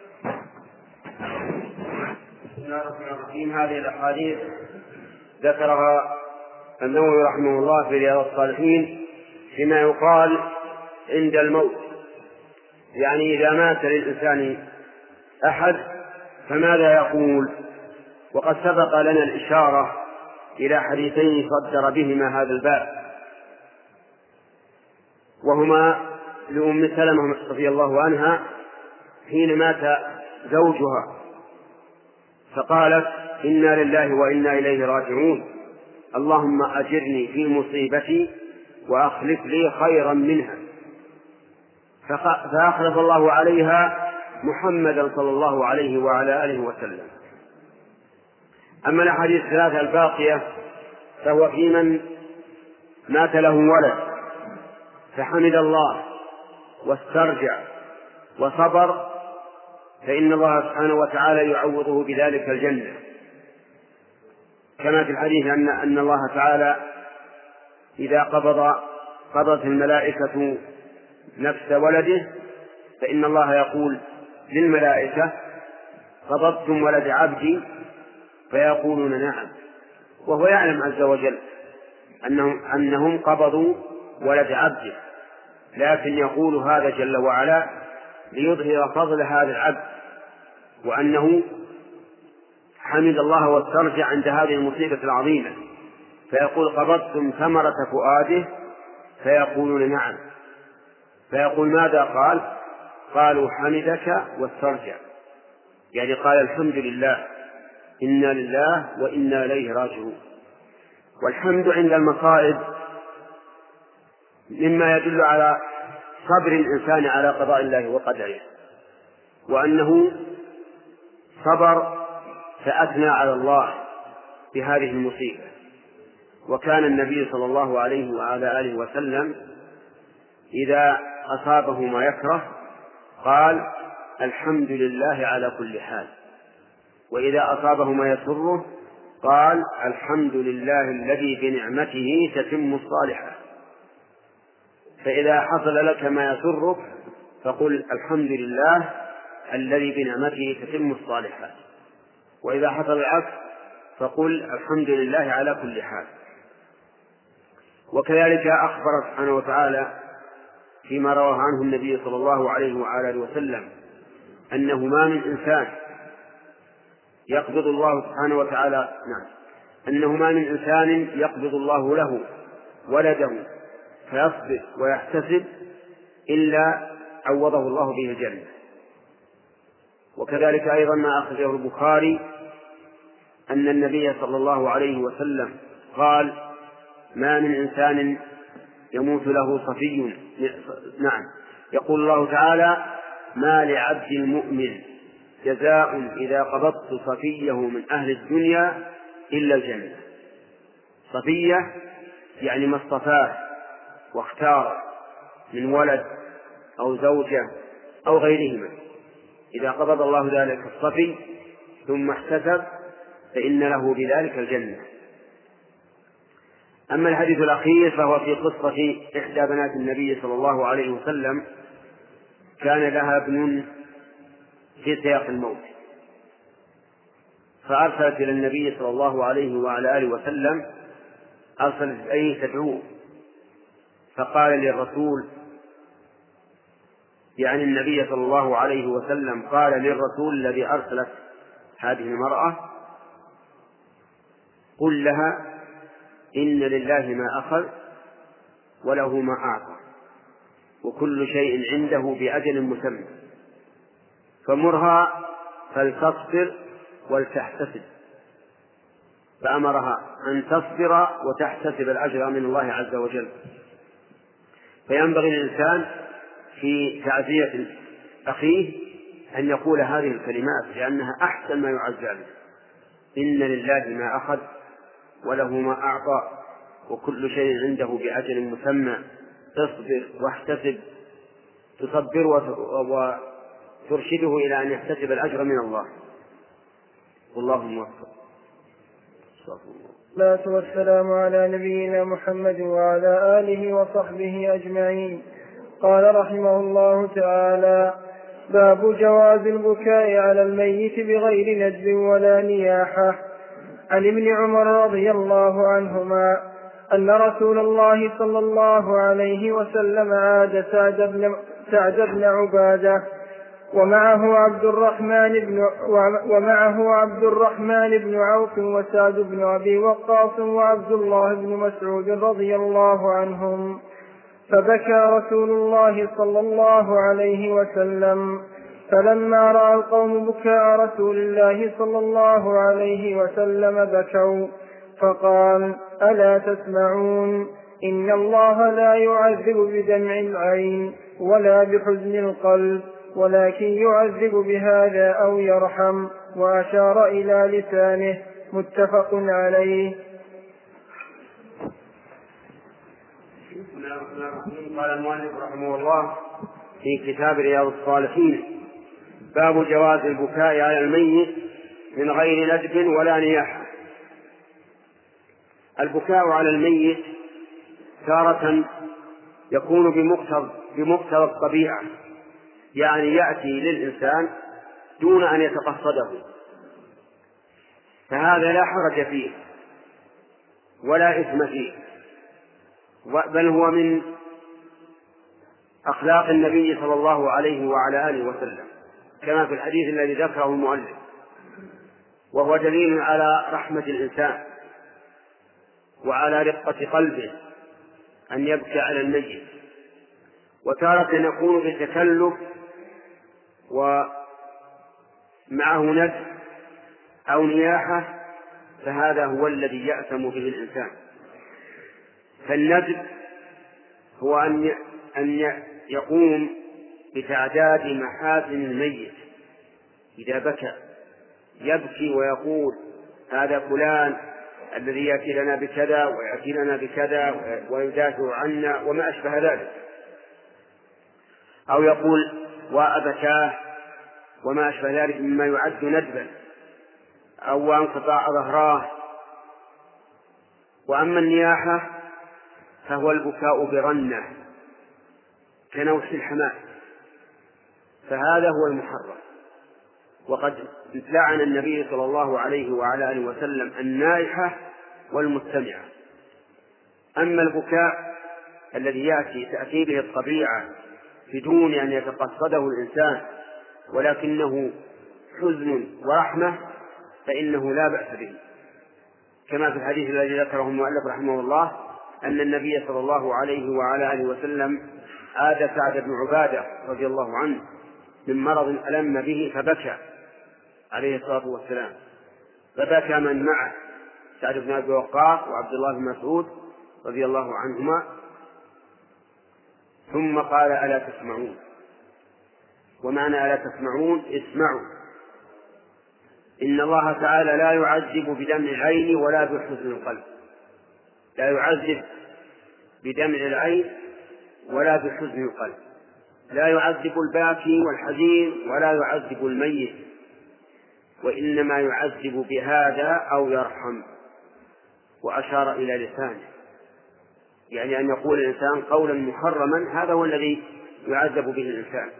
بسم الله الرحمن الرحيم. هذه الأحاديث ذكرها النووي رحمه الله في رياض الصالحين فيما يقال عند الموت، يعني إذا مات للإنسان أحد فماذا يقول. وقد سبق لنا الإشارة إلى حديثين صدر بهما هذا الباب، وهما لأم سلمة رضي الله عنها حين مات زوجها فقالت إنا لله وإنا إليه راجعون، اللهم أجرني في مصيبتي وأخلف لي خيرا منها، فأخلف الله عليها محمدا صلى الله عليه وعلى آله وسلم. أما الأحاديث الثلاثة الباقية فهو في من مات له ولد فحمد الله واسترجع وصبر، فإن الله سبحانه وتعالى يعوضه بذلك الجنة، كما في الحديث أن أن الله تعالى إذا قبض قبضت الملائكة نفس ولده فإن الله يقول للملائكة قبضتم ولد عبدي؟ فيقولون نعم، وهو يعلم عز وجل أنهم, أنهم قبضوا ولد عبده، لكن يقول هذا جل وعلا ليظهر فضل هذا العبد وأنه حمد الله واسترجع عند هذه المصيبة العظيمة، فيقول قبضتم ثمرة فؤاده؟ فيقولون نعم، فيقول ماذا قال؟ قالوا حمدك واسترجع، يعني قال الحمد لله، إنا لله وإنا إليه راجعون. والحمد عند المصائب مما يدل على صبر الإنسان على قضاء الله وقدره، وأنه صبر فأثنى على الله بهذه المصيبة. وكان النبي صلى الله عليه وعلى آله وسلم إذا أصابه ما يكره قال الحمد لله على كل حال، وإذا أصابه ما يسره قال الحمد لله الذي بنعمته تتم الصالحات. فإذا حصل لك ما يسرك فقل الحمد لله الذي بنعمته تتم الصالحات، وإذا حصل العكس فقل الحمد لله على كل حال. وكذلك أخبر سبحانه وتعالى فيما رواه عنه النبي صلى الله عليه وعلى آله وسلم أنه ما من إنسان يقبض الله سبحانه وتعالى نعم أنه ما من إنسان يقبض الله له ولده فيصبر ويحتسب إلا عوضه الله به الجنة. وكذلك أيضا ما أخرجه البخاري أن النبي صلى الله عليه وسلم قال ما من إنسان يموت له صفي نعم يقول الله تعالى ما لعبد المؤمن جزاء إذا قبضت صفيه من أهل الدنيا إلا الجنة. صفية يعني ما اصطفاه واختار من ولد أو زوجة أو غيرهما، إذا قبض الله ذلك الصفي ثم احتسب فإن له بذلك الجنة. أما الحديث الأخير فهو في قصة إحدى بنات النبي صلى الله عليه وسلم، كان لها ابن في سياق الموت، فأرسلت إلى النبي صلى الله عليه وعلى آله وسلم أرسلت إليه تدعوه، فقال للرسول يعني النبي صلى الله عليه وسلم قال للرسول الذي أرسلت هذه المرأة قل لها إن لله ما أخذ وله ما أعطى وكل شيء عنده بأجل مسمى، فمرها فلتصبر ولتحتسب، فأمرها أن تصبر وتحتسب الأجر من الله عز وجل. فينبغي للإنسان في تعزية أخيه أن يقول هذه الكلمات لأنها أحسن ما يعزى به. إن لله ما أخذ وله ما أعطى وكل شيء عنده بأجل مسمى، اصبر واحتسب، تصبر وترشده إلى أن يحتسب الأجر من الله. والله موفق. الصلاة والسلام على نبينا محمد وعلى آله وصحبه أجمعين. قال رحمه الله تعالى: باب جواز البكاء على الميت بغير ندب ولا نياحة. عن ابن عمر رضي الله عنهما أن رسول الله صلى الله عليه وسلم عاد سعد بن, سعد بن عبادة ومعه عبد الرحمن بن ومعه عبد الرحمن بن عوف وسعد بن أبي وقاص وعبد الله بن مسعود رضي الله عنهم، فبكى رسول الله صلى الله عليه وسلم، فلما رأى القوم بكاء رسول الله صلى الله عليه وسلم بكوا، فقال: ألا تسمعون؟ إن الله لا يعذب بدمع العين ولا بحزن القلب، ولكن يعذب بهذا أو يرحم، وأشار إلى لسانه. متفق عليه. قال المؤلف رحمه الله في كتاب رياض الصالحين: باب جواز البكاء على الميت من غير ندب ولا نياحة. البكاء على الميت تارة يكون بمقتضى بمقتضى الطبيعة، يعني يأتي للإنسان دون أن يتقصده، فهذا لا حرج فيه ولا إثم فيه، بل هو من أخلاق النبي صلى الله عليه وعلى آله وسلم، كما في الحديث الذي ذكره المؤلف، وهو دليل على رحمة الإنسان وعلى رقة قلبه أن يبكي على الميت. وتارة يكون بتكلف ومعه ندب أو نياحة، فهذا هو الذي يأثم به الإنسان. فالندب هو أن أن يقوم بتعداد محاسن الميت إذا بكى، يبكي ويقول: هذا فلان الذي يأتي لنا بكذا ويأتي لنا بكذا ويدافع عنا وما أشبه ذلك، أو يقول: وأبكاه وما أشبه ذلك مما يعد ندبا، أو انقطاع ظهراه. وأما النياحة فهو البكاء برنة كنوح الحمام، فهذا هو المحرم. وقد لعن النبي صلى الله عليه وعلى آله وسلم النائحة والمستمعة. أما البكاء الذي يأتي تأتي به الطبيعة بدون أن يتقصده الإنسان ولكنه حزن ورحمة، فإنه لا بأس به، كما في الحديث الذي ذكره المؤلف رحمه الله أن النبي صلى الله عليه وعلى آله وسلم عاد سعد بن عبادة رضي الله عنه من مرض ألم به فبكى عليه الصلاة والسلام، فبكى من معه سعد بن أبي وقاص وعبد الله بن مسعود رضي الله عنهما، ثم قال: ألا تسمعون؟ ومعنى ألا تسمعون اسمعوا. إن الله تعالى لا يعذب بدمع العين ولا بحزن القلب، لا يعذب بدمع العين ولا بحزن القلب، لا يعذب الباكي والحزين ولا يعذب الميت، وإنما يعذب بهذا أو يرحم. وأشار إلى لسانه، يعني أن يقول الإنسان قولا محرما، هذا هو الذي يعذب به الإنسان.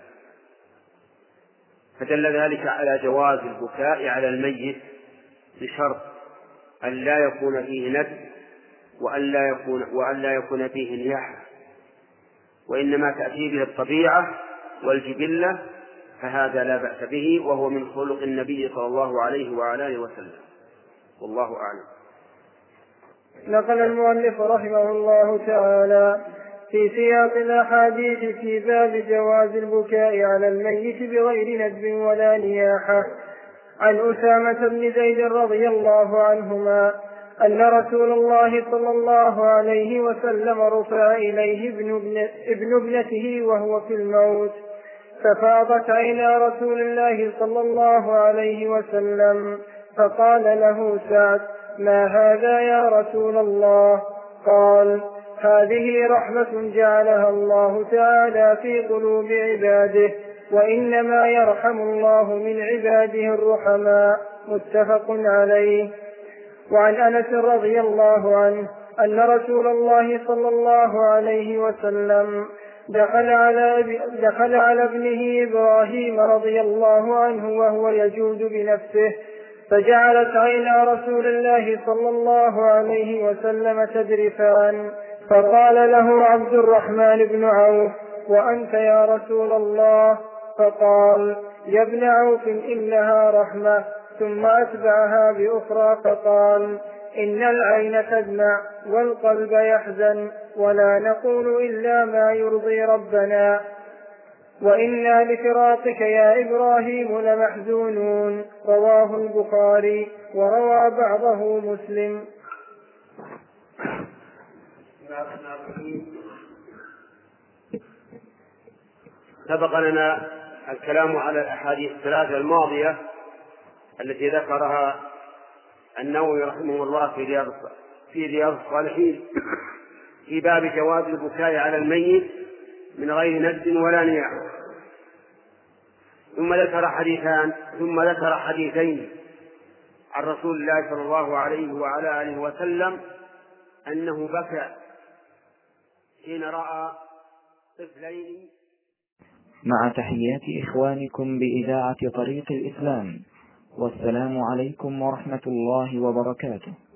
فدل ذلك على جواز البكاء على الميت بشرط أن لا يكون فيه ندب وأن لا يكون, وأن لا يكون فيه نياحة، وإنما تأتي به الطبيعة والجبلة، فهذا لا بأس به، وهو من خلق النبي صلى الله عليه وعلى آله وسلم. والله أعلم. نقل المؤلف رحمه الله تعالى في سياق الأحاديث في باب جواز البكاء على الميت بغير ندب ولا نياحة عن أسامة بن زيد رضي الله عنهما أن رسول الله صلى الله عليه وسلم رفع إليه ابن, ابن, ابن ابنته وهو في الموت، ففاضت عينا رسول الله صلى الله عليه وسلم، فقال له سعد: ما هذا يا رسول الله؟ قال: هذه رحمة جعلها الله تعالى في قلوب عباده، وإنما يرحم الله من عباده الرحماء. متفق عليه. وعن أنس رضي الله عنه أن رسول الله صلى الله عليه وسلم دخل على, دخل على ابنه إبراهيم رضي الله عنه وهو يجود بنفسه، فجعلت عينا رسول الله صلى الله عليه وسلم تذرفان، فقال له عبد الرحمن بن عوف: وأنت يا رسول الله؟ فقال: يا ابن عوف إنها رحمة. ثم أتبعها بأخرى فقال: إن العين تدمع والقلب يحزن، ولا نقول إلا ما يرضي ربنا، وإنا لفراقك يا إبراهيم لمحزونون. رواه البخاري، وروى بعضه مسلم. سبق لنا الكلام على الأحاديث الثلاثة الماضية التي ذكرها النووي رحمه الله في رياض في رياض الصالحين في باب جواز البكاء على الميت من غير ند ولا نياحة. ثم ذكر حديثان ثم ذكر حديثين عن رسول الله صلى الله عليه وعلى آله وسلم أنه بكى حين رأى طفلين. مع تحيات إخوانكم بإذاعة طريق الإسلام، والسلام عليكم ورحمة الله وبركاته.